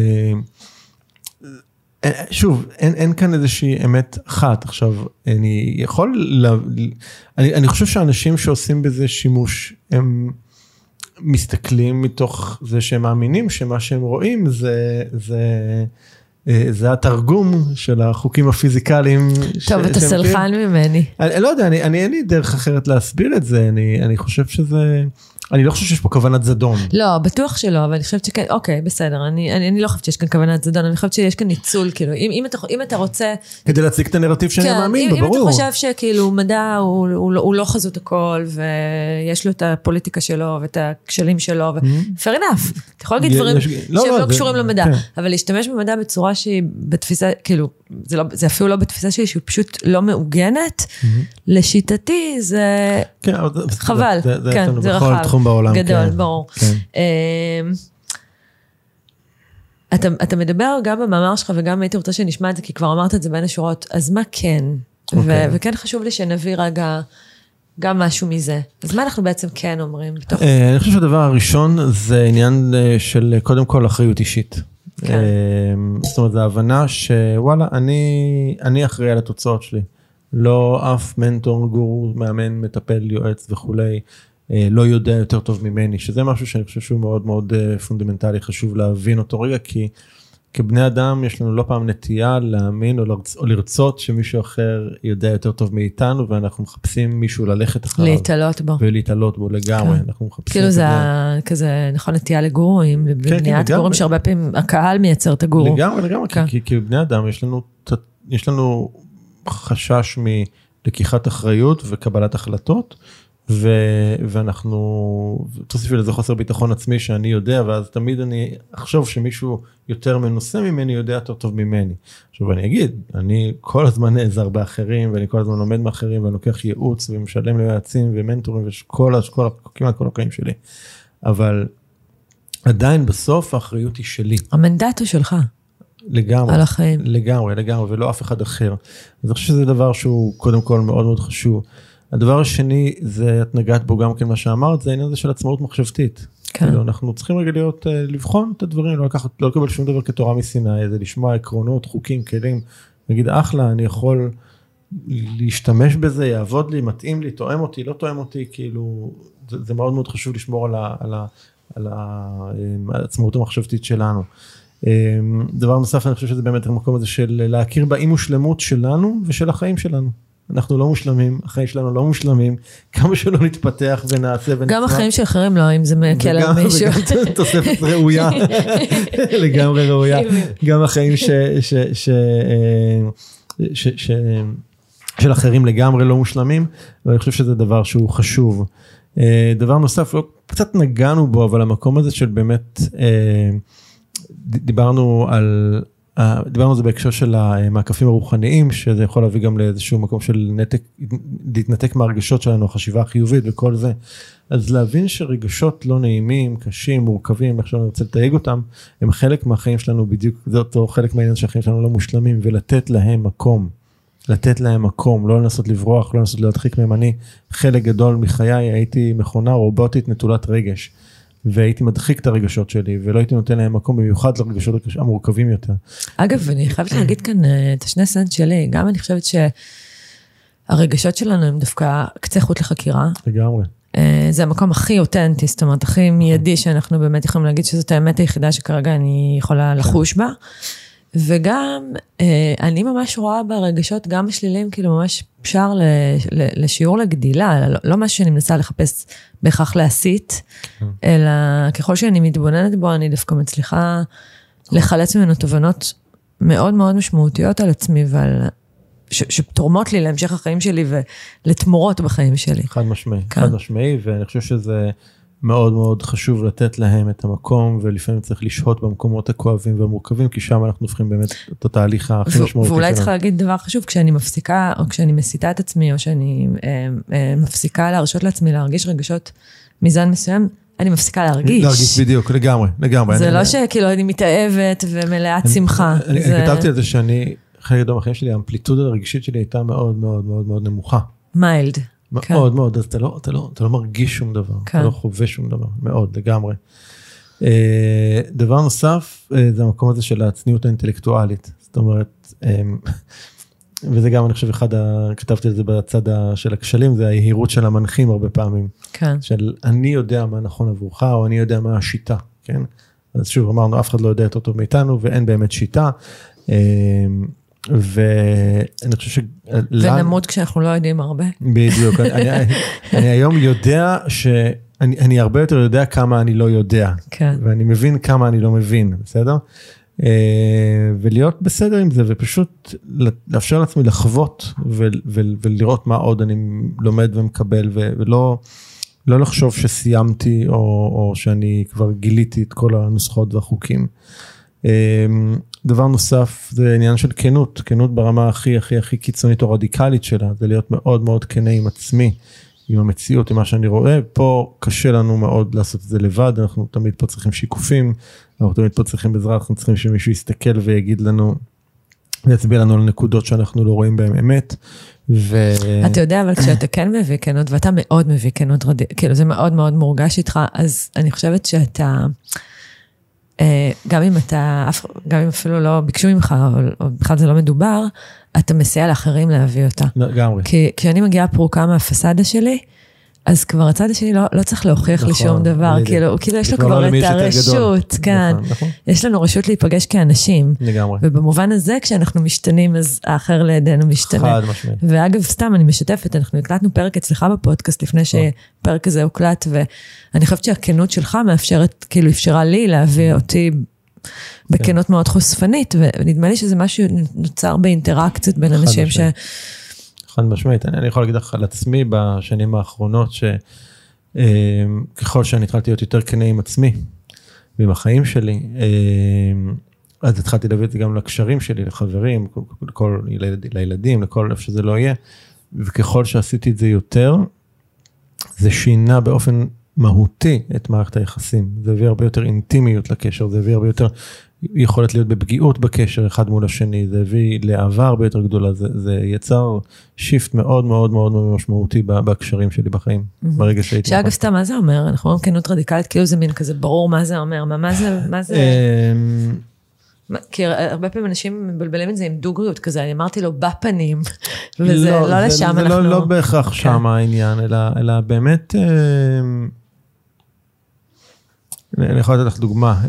שוב, אין, אין כאן איזושהי אמת אחת. עכשיו, אני יכול, לה, אני, אני חושב שאנשים שעושים בזה שימוש, הם מסתכלים מתוך זה שהם מאמינים, שמה שהם רואים זה, זה, זה התרגום של החוקים הפיזיקליים. טוב, אתה סלחן ממני. אני לא יודע, אני, אני, אין לי דרך אחרת להסביר את זה, אני, אני חושב שזה, אני לא חושב שיש פה כוונת זדון. לא, בטוח שלא, אבל אני חושבת שכן, אוקיי, בסדר, אני, אני, אני לא חושבת שיש כאן כוונת זדון, אני חושבת שיש כאן ניצול, כאילו, אם, אם אתה, אם אתה רוצה... כדי להציג את הנרטיב שאני כן, מאמין, אם, בברור. אם אתה חושב שכאילו מדע הוא, הוא, הוא לא חזות הכל, ויש לו את הפוליטיקה שלו, ואת הכשלים שלו, ו... fair enough, אתה יכול להגיד דברים יש, לא, שהם לא, לא זה, קשורים למדע, כן. אבל להשתמש במדע בצורה שהיא בתפיסה, כאילו, זה, לא, זה אפילו לא בתפיסה שהיא, שהיא פשוט לא מעוגנת, לשיטתי זה כן, חבל, זה, זה, כן, זה, זה בכל רחב, תחום בעולם, גדול, כן. ברור. כן. אתה, אתה מדבר גם במאמר שלך, וגם הייתי רוצה שנשמע את זה, כי כבר אמרת את זה בין השורות, אז מה כן? Okay. ו- וכן חשוב לי שנביא רגע גם משהו מזה. אז מה אנחנו בעצם כן אומרים? בתוך... אני חושב שהדבר הראשון זה עניין של קודם כל אחריות אישית. כן. זאת אומרת, זה ההבנה שוואלה, אני, אני אחראי על התוצאות שלי. לא אף מנטור, גורו, מאמן, מטפל, יועץ וכולי, לא יודע יותר טוב ממני, שזה משהו שאני חושב שהוא מאוד מאוד פונדמנטלי, חשוב להבין אותו רגע, כי כבני אדם יש לנו לא פעם נטייה להאמין או, לרצ... או לרצות שמישהו אחר יודע יותר טוב מאיתנו, ואנחנו מחפשים מישהו ללכת אחריו. להתעלות בו. ולהתעלות בו לגמרי. כן. אנחנו מחפשים כאילו זה ה... כזה, נכון, נטייה לגורואים, לבניית כן, כן, גורים שהרבה פעמים הקהל מייצר את הגורו. לגמרי, לגמרי, כן. כי, כי בני אדם יש לנו, יש לנו חשש מלקיחת אחריות וקבלת החלטות, ו, ואנחנו, תוסיפי לזה חוסר ביטחון עצמי שאני יודע, ואז תמיד אני אחשוב שמישהו יותר מנוסה ממני יודע יותר טוב ממני. עכשיו אני אגיד, אני כל הזמן נעזר באחרים, ואני כל הזמן לומד מאחרים, ואני לוקח ייעוץ, ומשלם ליועצים ומנטורים, וכל, כל, כמעט כל החיים שלי. אבל עדיין בסוף האחריות היא שלי. המנדט הוא שלך. לגמרי. על החיים. לגמרי, לגמרי, ולא אף אחד אחר. אז אני חושב שזה דבר שהוא קודם כל מאוד מאוד חשוב. הדבר השני, זה את נגעת בו גם כן מה שאמרת, זה העניין הזה של עצמאות מחשבתית. כן. כאילו, אנחנו צריכים רגע להיות, לבחון את הדברים, לא לקחת, לא לקבל שום דבר כתורה מסיני, זה לשמוע עקרונות, חוקים, כלים, נגיד, אחלה, אני יכול להשתמש בזה, יעבוד לי, מתאים לי, תואם אותי, לא תואם אותי, כאילו, זה, זה מאוד מאוד חשוב לשמור על, ה, על, ה, על העצמאות המחשבתית שלנו. דבר נוסף, אני חושב שזה באמת המקום הזה של להכיר באם ושלמות שלנו ושל החיים שלנו. אנחנו לא מושלמים, החיים שלנו לא מושלמים, כמה שלא נתפתח ונעשה ונצמח. גם החיים של אחרים לא, אם זה מקל על מישהו. וגם תוספת ראויה, לגמרי ראויה. גם החיים של אחרים לגמרי לא מושלמים, ואני חושב שזה דבר שהוא חשוב. דבר נוסף, קצת נגענו בו, אבל המקום הזה של באמת, דיברנו על... דיברנו על זה בהקשר של המעקפים הרוחניים, שזה יכול להביא גם לאיזשהו מקום של נתק, להתנתק מהרגשות שלנו, החשיבה החיובית וכל זה. אז להבין שרגשות לא נעימים, קשים, מורכבים, איך שאני רוצה לתייג אותם, הם חלק מהחיים שלנו בדיוק, זה אותו חלק מהעניין שהחיים שלנו לא מושלמים, ולתת להם מקום, לתת להם מקום, לא לנסות לברוח, לא לנסות להדחיק מהם. אני, חלק גדול מחיי, הייתי מכונה רובוטית נטולת רגש. והייתי מדחיק את הרגשות שלי, ולא הייתי נותן להם מקום, במיוחד לרגשות המורכבים יותר. אגב, אני חייבת להגיד כאן את השני סנט שלי, גם אני חושבת שהרגשות שלנו הם דווקא קצה חוט לחקירה. לגמרי. זה המקום הכי אותנטי, זאת אומרת, הכי מיידי, שאנחנו באמת יכולים להגיד שזאת האמת היחידה שכרגע אני יכולה לחוש בה. וגם, אני ממש רואה ברגשות, גם בשלילים, כאילו ממש אפשר לשיעור לגדילה, לא משהו שאני מנסה לחפש בהכרח להסיט, אלא ככל שאני מתבוננת בו, אני דווקא מצליחה לחלץ ממנו תובנות מאוד מאוד משמעותיות על עצמי, ועל, שתורמות לי להמשך החיים שלי, ולתמורות בחיים שלי. חד משמעי, חד משמעי, ואני חושב שזה מאוד מאוד חשוב לתת להם את המקום, ולפעמים צריך לשהות במקומות הכואבים והמורכבים, כי שם אנחנו הופכים באמת את התהליך הכי משמעותי. ואולי צריך להגיד דבר חשוב, כשאני מפסיקה, או כשאני מסיתה את עצמי, או שאני מפסיקה להרשות לעצמי להרגיש רגשות מזן מסוים, אני מפסיקה להרגיש. להרגיש בדיוק, לגמרי, לגמרי. זה לא שכאילו אני מתאהבת ומלאת שמחה. אני כתבתי על זה שאני, חלק גדול מהחיים שלי, האמפליטודה הרגשית שלי הייתה מאוד מאוד מאוד מאוד נמוכה. מיילד. מאוד מאוד, אז אתה לא, אתה לא, אתה לא מרגיש שום דבר, אתה לא חווה שום דבר, מאוד, לגמרי. דבר נוסף, זה המקום הזה של הצניעות האינטלקטואלית. זאת אומרת, וזה גם, אני חושב, אחד, כתבתי את זה בצד של הכשלים, זה ההירות של המנחים הרבה פעמים. כן. של אני יודע מה נכון עבורך, או אני יודע מה השיטה, כן? אז שוב, אמרנו, אף אחד לא יודע יותר טוב מאיתנו, ואין באמת שיטה. ואני חושב ש... ונמות כשאנחנו לא יודעים הרבה. בדיוק. אני היום יודע ש... אני הרבה יותר יודע כמה אני לא יודע. כן. ואני מבין כמה אני לא מבין, בסדר? ולהיות בסדר עם זה, ופשוט לאפשר לעצמי לחוות, ולראות מה עוד אני לומד ומקבל, ולא לא לחשוב שסיימתי, או שאני כבר גיליתי את כל הנוסחות והחוקים. דבר נוסף, זה עניין של כנות, כנות ברמה הכי הכי הכי קיצונית או רדיקלית שלה, זה להיות מאוד מאוד כנה עם עצמי, עם המציאות, עם מה שאני רואה. פה קשה לנו מאוד לעשות את זה לבד, אנחנו תמיד פה צריכים שיקופים, אנחנו תמיד פה צריכים בעזרה, אנחנו צריכים שמישהו יסתכל ויגיד לנו, ויצביע לנו על נקודות שאנחנו לא רואים בהם אמת. ו... אתה יודע, אבל כשאתה כן מביא כנות, ואתה מאוד מביא כנות, כאילו זה מאוד מאוד מורגש איתך, אז אני חושבת שאתה, גם אם אתה, גם אם אפילו לא ביקשו ממך, או בכלל זה לא מדובר, אתה מסייע לאחרים להביא אותה. לגמרי. כי כשאני מגיעה פרוקה מהפסדה שלי, אז כבר הצד השני לא, לא צריך להוכיח לי שום דבר, כאילו, כאילו יש לו כבר את הרשות, כן. יש לנו רשות להיפגש כאנשים. לגמרי. ובמובן הזה, כשאנחנו משתנים, אז האחר לידינו משתנה. חד משמעית. ואגב, סתם, אני משתפת, אנחנו הקלטנו פרק אצלך בפודקאסט, לפני שפרק הזה הוקלט, ואני חושבת שהכנות שלך מאפשרת, כאילו אפשרה לי להביא אותי בכנות מאוד חושפנית, ונדמה לי שזה משהו נוצר באינטראקציות בין אנשים ש... חד משמעית, אני יכול להגיד לך על עצמי בשנים האחרונות, שככל שאני התחלתי להיות יותר כנה עם עצמי, ועם החיים שלי, אז התחלתי להביא את זה גם לקשרים שלי, לחברים, לכל, לילדים, לכל איפה שזה לא יהיה, וככל שעשיתי את זה יותר, זה שינה באופן מהותי את מערכת היחסים, זה הביא הרבה יותר אינטימיות לקשר, זה הביא הרבה יותר יכולת להיות בפגיעות בקשר אחד מול השני, זה הביא לאהבה הרבה יותר גדולה, זה, זה יצר שיפט מאוד מאוד מאוד משמעותי בהקשרים שלי בחיים, ברגע שהייתי. שאגב סתם, מה זה אומר? אנחנו אומרים כנות רדיקלית, כאילו זה מין כזה ברור מה זה אומר, מה, מה זה, מה זה... כי הרבה פעמים אנשים מבלבלים את זה עם דוגריות כזה, אני אמרתי לו בפנים, וזה לא, לא לשם זה אנחנו... לא, לא בהכרח שם העניין, אלא, אלא באמת... אני יכול לתת לך דוגמה,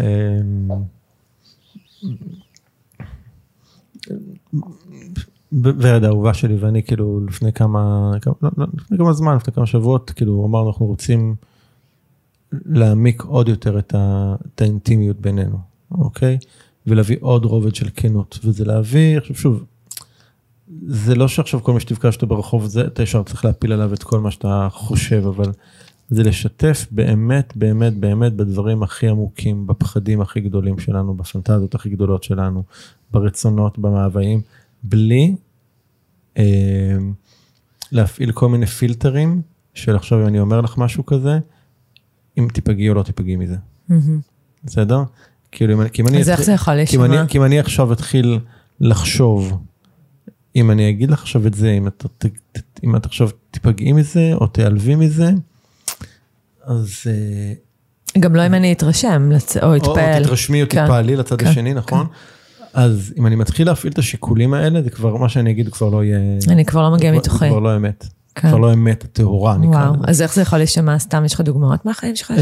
ורד האהובה שלי ואני כאילו לפני כמה, לא, לא, לפני כמה זמן, לפני כמה שבועות, כאילו אמרנו אנחנו רוצים להעמיק עוד יותר את, ה, את האינטימיות בינינו, אוקיי? ולהביא עוד רובד של כנות, וזה להביא, עכשיו שוב, זה לא שעכשיו כל מה שתפגש אותו ברחוב, זה, אתה ישר צריך להפיל עליו את כל מה שאתה חושב, אבל זה לשתף באמת, באמת, באמת בדברים הכי עמוקים, בפחדים הכי גדולים שלנו, בפנטזיות הכי גדולות שלנו, ברצונות, במאוויים, בלי אה, להפעיל כל מיני פילטרים, של עכשיו אם אני אומר לך משהו כזה, אם תיפגעי או לא תיפגעי מזה. בסדר? כאילו, כי אם אני... אז איך זה יכול להישמע? כי אם אני עכשיו אתחיל לחשוב, אם אני אגיד לך עכשיו את זה, אם את, אם את עכשיו תיפגעי מזה, או תיעלבי מזה, אז... גם לא אם אני אתרשם, או אתפעל. או תתרשמי או תתפעלי לצד השני, נכון? אז אם אני מתחיל להפעיל את השיקולים האלה, זה כבר, מה שאני אגיד, כבר לא יהיה... אני כבר לא מגיע מתוכי. זה כבר לא אמת. כבר לא אמת הטהורה, נקרא. וואו, אז איך זה יכול להישמע? סתם, יש לך דוגמאות מהחיים שלך?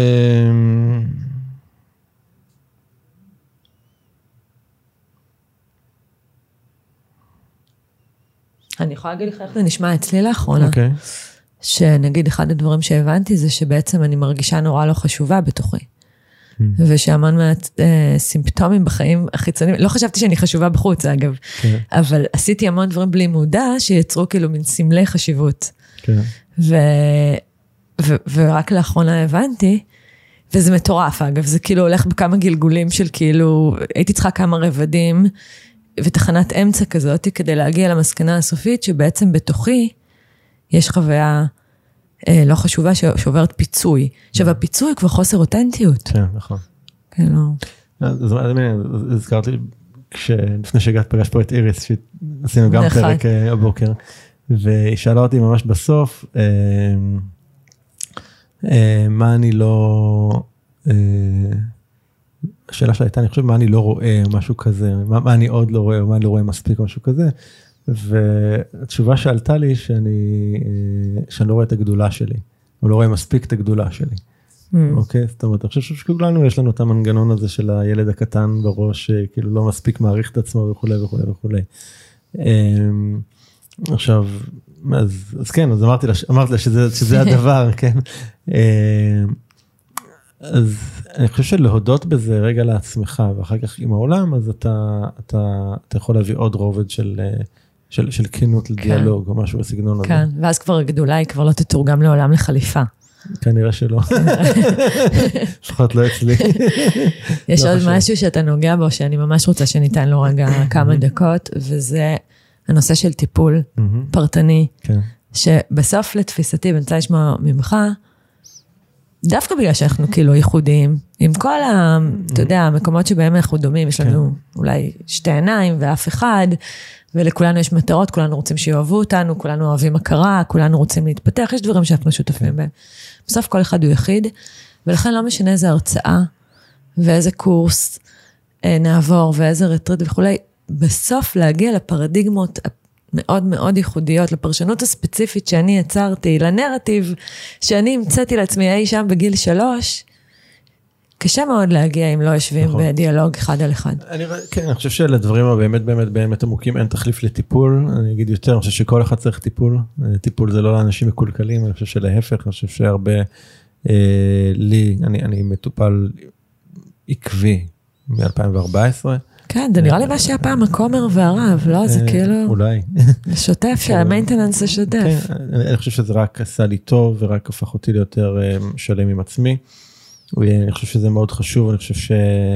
אני יכולה להגיד לך איך זה נשמע אצלי לאחרונה. אוקיי. שנגיד אחד הדברים שהבנתי זה שבעצם אני מרגישה נורא לא חשובה בתוכי. ושהמון מהסימפטומים בחיים החיצוניים, לא חשבתי שאני חשובה בחוץ אגב, אבל עשיתי המון דברים בלי מודע שיצרו כאילו מין סמלי חשיבות. ורק לאחרונה הבנתי, וזה מטורף אגב, זה כאילו הולך בכמה גלגולים של כאילו, הייתי צריכה כמה רבדים, ותחנת אמצע כזאת, כדי להגיע למסקנה הסופית, שבעצם בתוכי, יש חוויה אה, לא חשובה, שעוברת פיצוי. עכשיו, הפיצוי הוא כבר חוסר אותנטיות. כן, נכון. כן, לא. אז הזכרתי, לפני שהגעת פגש פה את איריס, שעשינו גם פרק הבוקר, והיא שאלה אותי ממש בסוף, מה אני לא, השאלה שהייתה, אני חושב, מה אני לא רואה, משהו כזה, מה, מה אני עוד לא רואה, או מה אני לא רואה מספיק, משהו כזה, והתשובה שעלתה לי, שאני, שאני לא רואה את הגדולה שלי, או לא רואה מספיק את הגדולה שלי. אוקיי? זאת אומרת, אני חושב שכולנו יש לנו את המנגנון הזה של הילד הקטן בראש, כאילו לא מספיק מעריך את עצמו וכו' וכו' וכו'. עכשיו, אז, אז כן, אז אמרתי לה, אמרתי לה שזה, שזה הדבר, כן? אז אני חושב שלהודות בזה רגע לעצמך, ואחר כך עם העולם, אז אתה, אתה, אתה יכול להביא עוד רובד של, של, של כינות לדיאלוג, או משהו בסגנון הזה. כן, ואז כבר הגדולה היא כבר לא תתורגם לעולם לחליפה. כנראה שלא. לפחות לא אצלי. יש עוד משהו שאתה נוגע בו, שאני ממש רוצה שניתן לו רגע כמה דקות, וזה הנושא של טיפול פרטני, שבסוף לתפיסתי, ואני רוצה לשמוע ממך, דווקא בגלל שאנחנו כאילו ייחודיים, עם כל ה, אתה יודע, המקומות שבהם אנחנו דומים, יש לנו אולי שתי עיניים ואף אחד, ולכולנו יש מטרות, כולנו רוצים שיאהבו אותנו, כולנו אוהבים הכרה, כולנו רוצים להתפתח, יש דברים שאנחנו שותפים בהם. בסוף כל אחד הוא יחיד, ולכן לא משנה איזה הרצאה, ואיזה קורס נעבור, ואיזה רטריט וכולי, בסוף להגיע לפרדיגמות מאוד מאוד ייחודיות, לפרשנות הספציפית שאני יצרתי, לנרטיב שאני המצאתי לעצמי אי שם בגיל שלוש, קשה מאוד להגיע אם לא יושבים נכון. בדיאלוג אחד על אחד. אני, כן, אני חושב שלדברים הבאמת באמת באמת עמוקים אין תחליף לטיפול, אני אגיד יותר, אני חושב שכל אחד צריך טיפול, טיפול זה לא לאנשים מקולקלים, אני חושב שלהפך, אני חושב שהרבה אה, לי, אני, אני מטופל עקבי מ-אלפיים וארבע עשרה, כן, זה נראה לי מה שהיה פעם הכומר והרב, לא? זה כאילו... אולי. שוטף, שהמיינטננס זה שוטף. כן, אני חושב שזה רק עשה לי טוב, ורק הפך אותי ליותר שלם עם עצמי. אני חושב שזה מאוד חשוב, אני חושב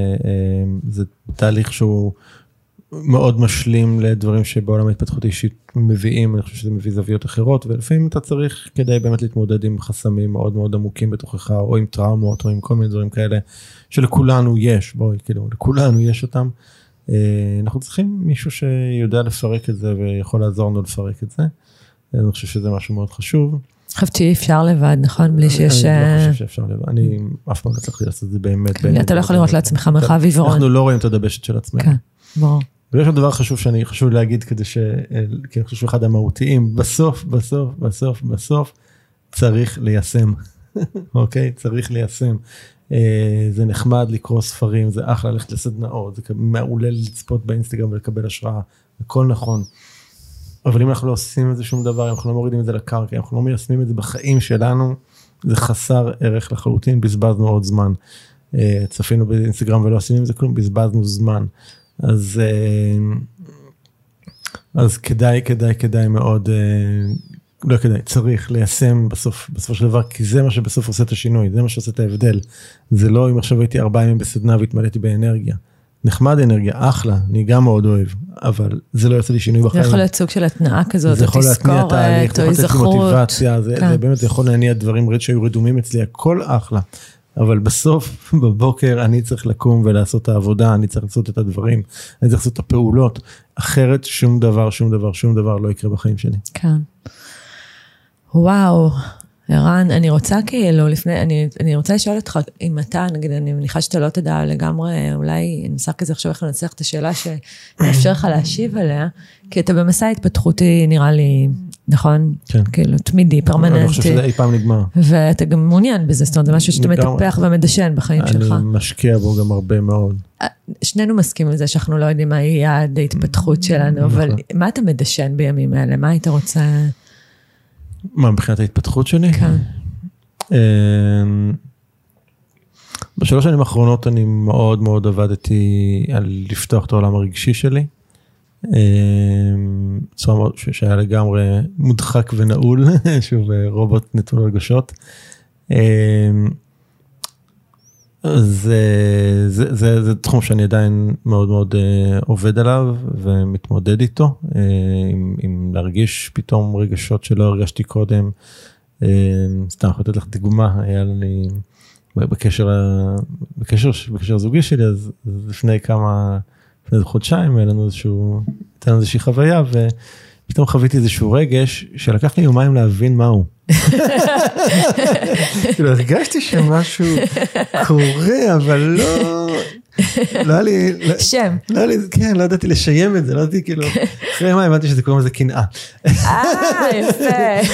שזה תהליך שהוא מאוד משלים לדברים שבעולם ההתפתחות האישית מביאים, אני חושב שזה מביא זוויות אחרות, ולפעמים אתה צריך כדי באמת להתמודד עם חסמים מאוד מאוד עמוקים בתוכך, או עם טראומות, או עם כל מיני דברים כאלה, שלכולנו יש, בואי, כאילו, לכולנו יש אותם. אנחנו צריכים מישהו שיודע לפרק את זה, ויכול לעזור לנו לפרק את זה. אני חושב שזה משהו מאוד חשוב. חושבת שאי אפשר לבד, נכון? בלי שיש... אני לא חושב שאפשר לבד. אני אף פעם לא צריך לעשות את זה באמת. אתה לא יכול לראות לעצמך מרחב עיוורון. אנחנו לא רואים את הדבשת של עצמנו. כן, ברור. ויש עוד דבר חשוב שאני חשוב להגיד, כדי ש... כי אני חושב שהוא אחד המהותיים, בסוף, בסוף, בסוף, בסוף, צריך ליישם. אוקיי? צריך ליישם. זה נחמד לקרוא ספרים, זה אחלה ללכת לסדנאות, זה מעולה לצפות באינסטגרם ולקבל השראה, הכל נכון. אבל אם אנחנו לא עושים את זה שום דבר, אם אנחנו לא מורידים את זה לקרקע, אם אנחנו לא מיישמים את זה בחיים שלנו, זה חסר ערך לחלוטין, בזבזנו עוד זמן. צפינו באינסטגרם ולא עשינו עם זה כלום, בזבזנו זמן. אז, אז כדאי, כדאי, כדאי מאוד, לא כדאי, צריך ליישם בסוף, בסופו של דבר, כי זה מה שבסוף עושה את השינוי, זה מה שעושה את ההבדל. זה לא אם עכשיו הייתי ארבעה ימים בסדנה והתמלאתי באנרגיה. נחמד אנרגיה, אחלה, אני גם מאוד אוהב, אבל זה לא יעשה לי שינוי בחיים. זה יכול להיות סוג של התנאה כזאת, זה יכול להתניע תהליך, זה יכול לתת לי מוטיבציה, זה, כן. זה באמת יכול להניע דברים שהיו רדומים אצלי, הכל אחלה. אבל בסוף, בבוקר, אני צריך לקום ולעשות את העבודה, אני צריך לעשות את הדברים, אני צריך לעשות את הפעולות, אחרת שום דבר, שום דבר, שום דבר לא יקרה בחיים שלי. כן. וואו, ערן, אני רוצה כאילו, לפני, אני, אני רוצה לשאול אותך, אם אתה, נגיד, אני מניחה שאתה לא תדע לגמרי, אולי ננסה כזה עכשיו איך לנצח את השאלה שנאפשר לך להשיב עליה, כי אתה במסע התפתחותי, נראה לי, נכון? כן. כאילו, תמידי, פרמננטי. אני חושב שזה אי פעם נגמר. ואתה גם מעוניין בזה, זאת אומרת, זה משהו שאתה מטפח ומדשן בחיים אני שלך. אני משקיע בו גם הרבה מאוד. שנינו מסכימים לזה שאנחנו לא יודעים מה יהיה יעד ההתפתחות שלנו, אבל מה אתה מדשן בימים האלה? מה היית רוצה... מה, מבחינת ההתפתחות שלי? כן. בשלוש שנים האחרונות אני מאוד מאוד עבדתי על לפתוח את העולם הרגשי שלי. שהיה לגמרי מודחק ונעול, שוב רובוט נטול רגשות. זה, זה, זה, זה תחום שאני עדיין מאוד מאוד עובד עליו ומתמודד איתו, עם, עם להרגיש פתאום רגשות שלא הרגשתי קודם. סתם, אני לתת לך דוגמה, היה לי בקשר, בקשר, בקשר זוגי שלי, אז לפני כמה, לפני חודשיים, היה לנו איזשהו, הייתה לנו איזושהי חוויה, פתאום חוויתי איזשהו רגש, שלקח לי יומיים להבין מהו. כאילו, הרגשתי שמשהו קורה, אבל לא... לא היה לי... שם. לא היה לי, כן, לא ידעתי לשיים את זה, לא ידעתי, כאילו, אחרי מה הבנתי שזה קוראים לזה קנאה. אה, יפה.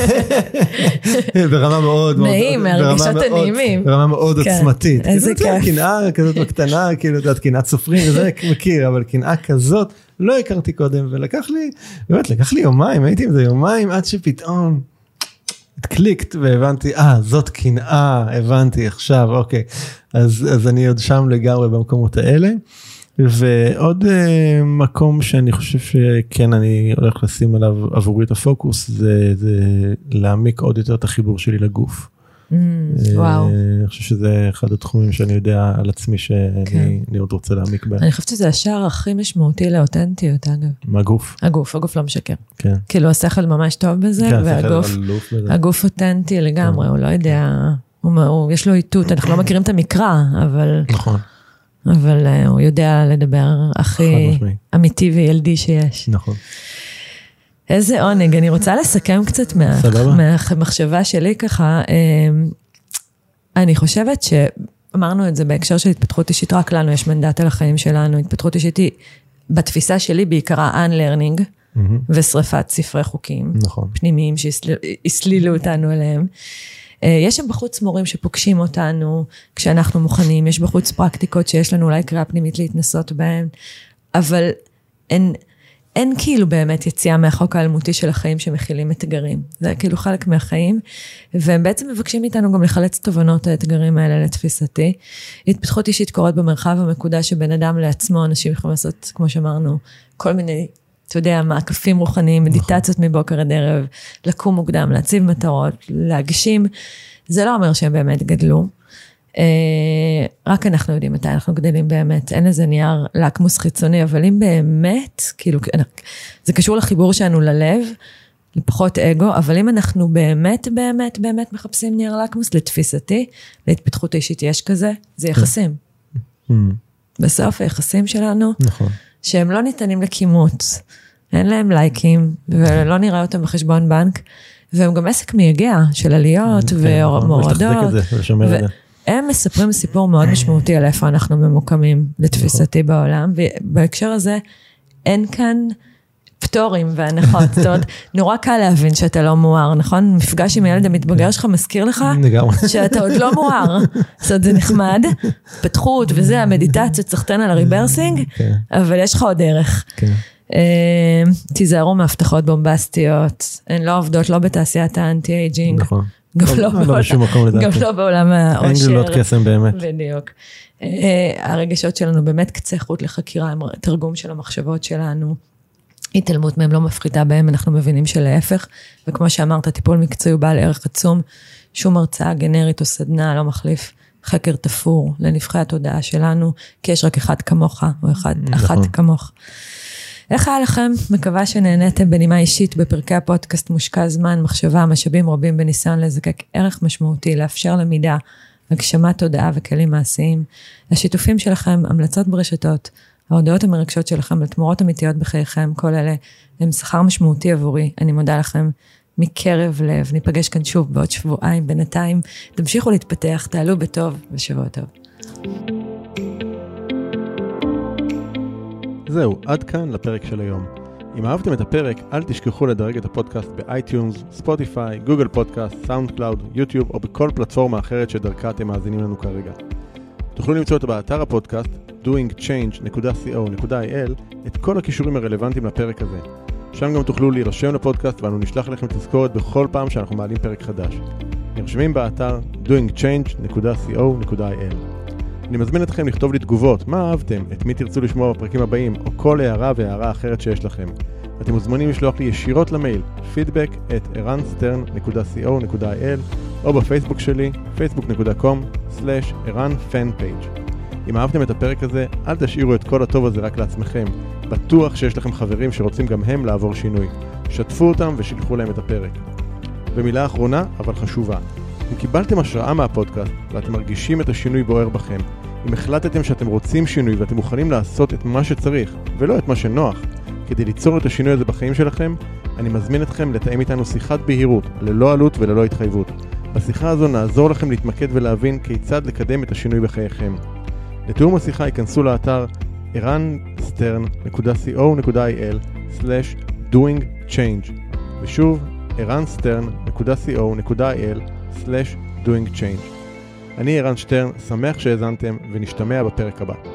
ברמה מאוד... נעים, הרגשות הנעימים. ברמה מאוד עוצמתית. איזה כיף. קנאה כזאת בקטנה, כאילו, את יודעת, קנאת סופרים, וזה מכיר, אבל קנאה כזאת לא הכרתי קודם, ולקח לי, באמת, לקח לי יומיים, הייתי עם זה יומיים, עד שפתאום קליקט, והבנתי, אה, זאת קנאה, הבנתי עכשיו, אוקיי. אז, אז אני עוד שם לגמרי במקומות האלה, ועוד uh, מקום שאני חושב שכן, אני הולך לשים עליו עבורי את הפוקוס, זה, זה להעמיק עוד יותר את החיבור שלי לגוף. Mm, וואו. אני חושב שזה אחד התחומים שאני יודע על עצמי שאני כן. עוד רוצה להעמיק בהם. אני חושבת שזה השער הכי משמעותי לאותנטיות, אגב. מה הגוף? הגוף, הגוף לא משקר. כן. כאילו השכל ממש טוב בזה, כן, והגוף, הגוף אותנטי לגמרי, כן. הוא לא יודע, הוא, הוא, יש לו איתות, אנחנו לא מכירים את המקרא, אבל... נכון. אבל uh, הוא יודע לדבר הכי אמיתי וילדי שיש. נכון. איזה עונג, אני רוצה לסכם קצת מה, מהמחשבה שלי ככה, אני חושבת שאמרנו את זה בהקשר של התפתחות אישית, רק לנו יש מנדט על החיים שלנו, התפתחות אישית היא בתפיסה שלי בעיקרה unlearning, mm-hmm. ושריפת ספרי חוקים, נכון. פנימיים שהסלילו אותנו אליהם, יש שם בחוץ מורים שפוגשים אותנו כשאנחנו מוכנים, יש בחוץ פרקטיקות שיש לנו אולי קריאה פנימית להתנסות בהן, אבל אין... אין כאילו באמת יציאה מהחוק האלמותי של החיים שמכילים אתגרים. זה כאילו חלק מהחיים, והם בעצם מבקשים איתנו גם לחלץ תובנות האתגרים האלה לתפיסתי. התפתחות אישית קורית במרחב המקודש שבן אדם לעצמו, אנשים יכולים לעשות, כמו שאמרנו, כל מיני, אתה יודע, מעקפים רוחניים, מדיטציות מבוקר עד ערב, לקום מוקדם, להציב מטרות, להגשים. זה לא אומר שהם באמת גדלו. רק אנחנו יודעים מתי אנחנו גדלים באמת, אין איזה נייר לקמוס חיצוני, אבל אם באמת, כאילו, זה קשור לחיבור שלנו ללב, לפחות אגו, אבל אם אנחנו באמת, באמת, באמת מחפשים נייר לקמוס, לתפיסתי, להתפתחות אישית יש כזה, זה יחסים. בסוף היחסים שלנו, שהם לא ניתנים לכימות, אין להם לייקים, ולא נראה אותם בחשבון בנק, והם גם עסק מייגע של עליות ומורדות. הם מספרים סיפור מאוד משמעותי על איפה אנחנו ממוקמים לתפיסתי בעולם, ובהקשר הזה אין כאן פטורים והנחות, זאת אומרת, נורא קל להבין שאתה לא מואר, נכון? מפגש עם הילד המתבגר שלך מזכיר לך שאתה עוד לא מואר, זאת אומרת, זה נחמד, פתחות וזה, המדיטציות, צחתן על הריברסינג, אבל יש לך עוד דרך. תיזהרו מהבטחות בומבסטיות, הן לא עובדות, לא בתעשיית האנטי-אייג'ינג, נכון. גם לא, לא, בעולם, גם לא בעולם האושר. אין גלולות קסם באמת. בדיוק. הרגשות שלנו באמת קצה חוט לחקירה, תרגום של המחשבות שלנו, התעלמות מהם לא מפחיתה בהם, אנחנו מבינים שלהפך, וכמו שאמרת, טיפול מקצועי הוא בעל ערך עצום, שום הרצאה גנרית או סדנה לא מחליף חקר תפור לנבחי התודעה שלנו, כי יש רק אחד כמוך, או אחד, אחת כמוך. איך היה לכם? מקווה שנהניתם בנימה אישית בפרקי הפודקאסט מושקע זמן, מחשבה, משאבים רבים בניסיון לזקק ערך משמעותי, לאפשר למידה, הגשמת תודעה וכלים מעשיים. השיתופים שלכם, המלצות ברשתות, ההודעות המרגשות שלכם על תמורות אמיתיות בחייכם, כל אלה הם שכר משמעותי עבורי. אני מודה לכם מקרב לב. ניפגש כאן שוב בעוד שבועיים, בינתיים. תמשיכו להתפתח, תעלו בטוב ושבוע טוב. זהו, עד כאן לפרק של היום. אם אהבתם את הפרק, אל תשכחו לדרג את הפודקאסט באייטיונס, ספוטיפיי, גוגל פודקאסט, סאונד קלאוד, יוטיוב או בכל פלטפורמה אחרת שדרכה אתם מאזינים לנו כרגע. תוכלו למצוא אותו באתר הפודקאסט doing change dot co dot il את כל הכישורים הרלוונטיים לפרק הזה. שם גם תוכלו להירשם לפודקאסט ואנו נשלח לכם תזכורת בכל פעם שאנחנו מעלים פרק חדש. נרשמים באתר doing change dot co dot il. אני מזמין אתכם לכתוב לי תגובות, מה אהבתם, את מי תרצו לשמוע בפרקים הבאים, או כל הערה והערה אחרת שיש לכם. אתם מוזמנים לשלוח לי ישירות למייל, פידבק את ערן סטרן dot co dot il, או בפייסבוק שלי, פייסבוק דוט קום סלאש ערן פן פייג'. אם אהבתם את הפרק הזה, אל תשאירו את כל הטוב הזה רק לעצמכם. בטוח שיש לכם חברים שרוצים גם הם לעבור שינוי. שתפו אותם ושילחו להם את הפרק. במילה אחרונה, אבל חשובה. אם קיבלתם השראה מהפודקאסט ואתם מרגישים את השינוי בוער בכם, אם החלטתם שאתם רוצים שינוי ואתם מוכנים לעשות את מה שצריך ולא את מה שנוח, כדי ליצור את השינוי הזה בחיים שלכם, אני מזמין אתכם לתאם איתנו שיחת בהירות, ללא עלות וללא התחייבות. בשיחה הזו נעזור לכם להתמקד ולהבין כיצד לקדם את השינוי בחייכם. לתיאום השיחה ייכנסו לאתר ערן סטרן נקודה קו נקודה איי אל סלש דוינג צ'יינג' ושוב ערן סטרן נקודה קו נקודה איי אל סלש דוינג צ'יינג'. אני ערן שטרן, שמח שהאזנתם ונשתמע בפרק הבא.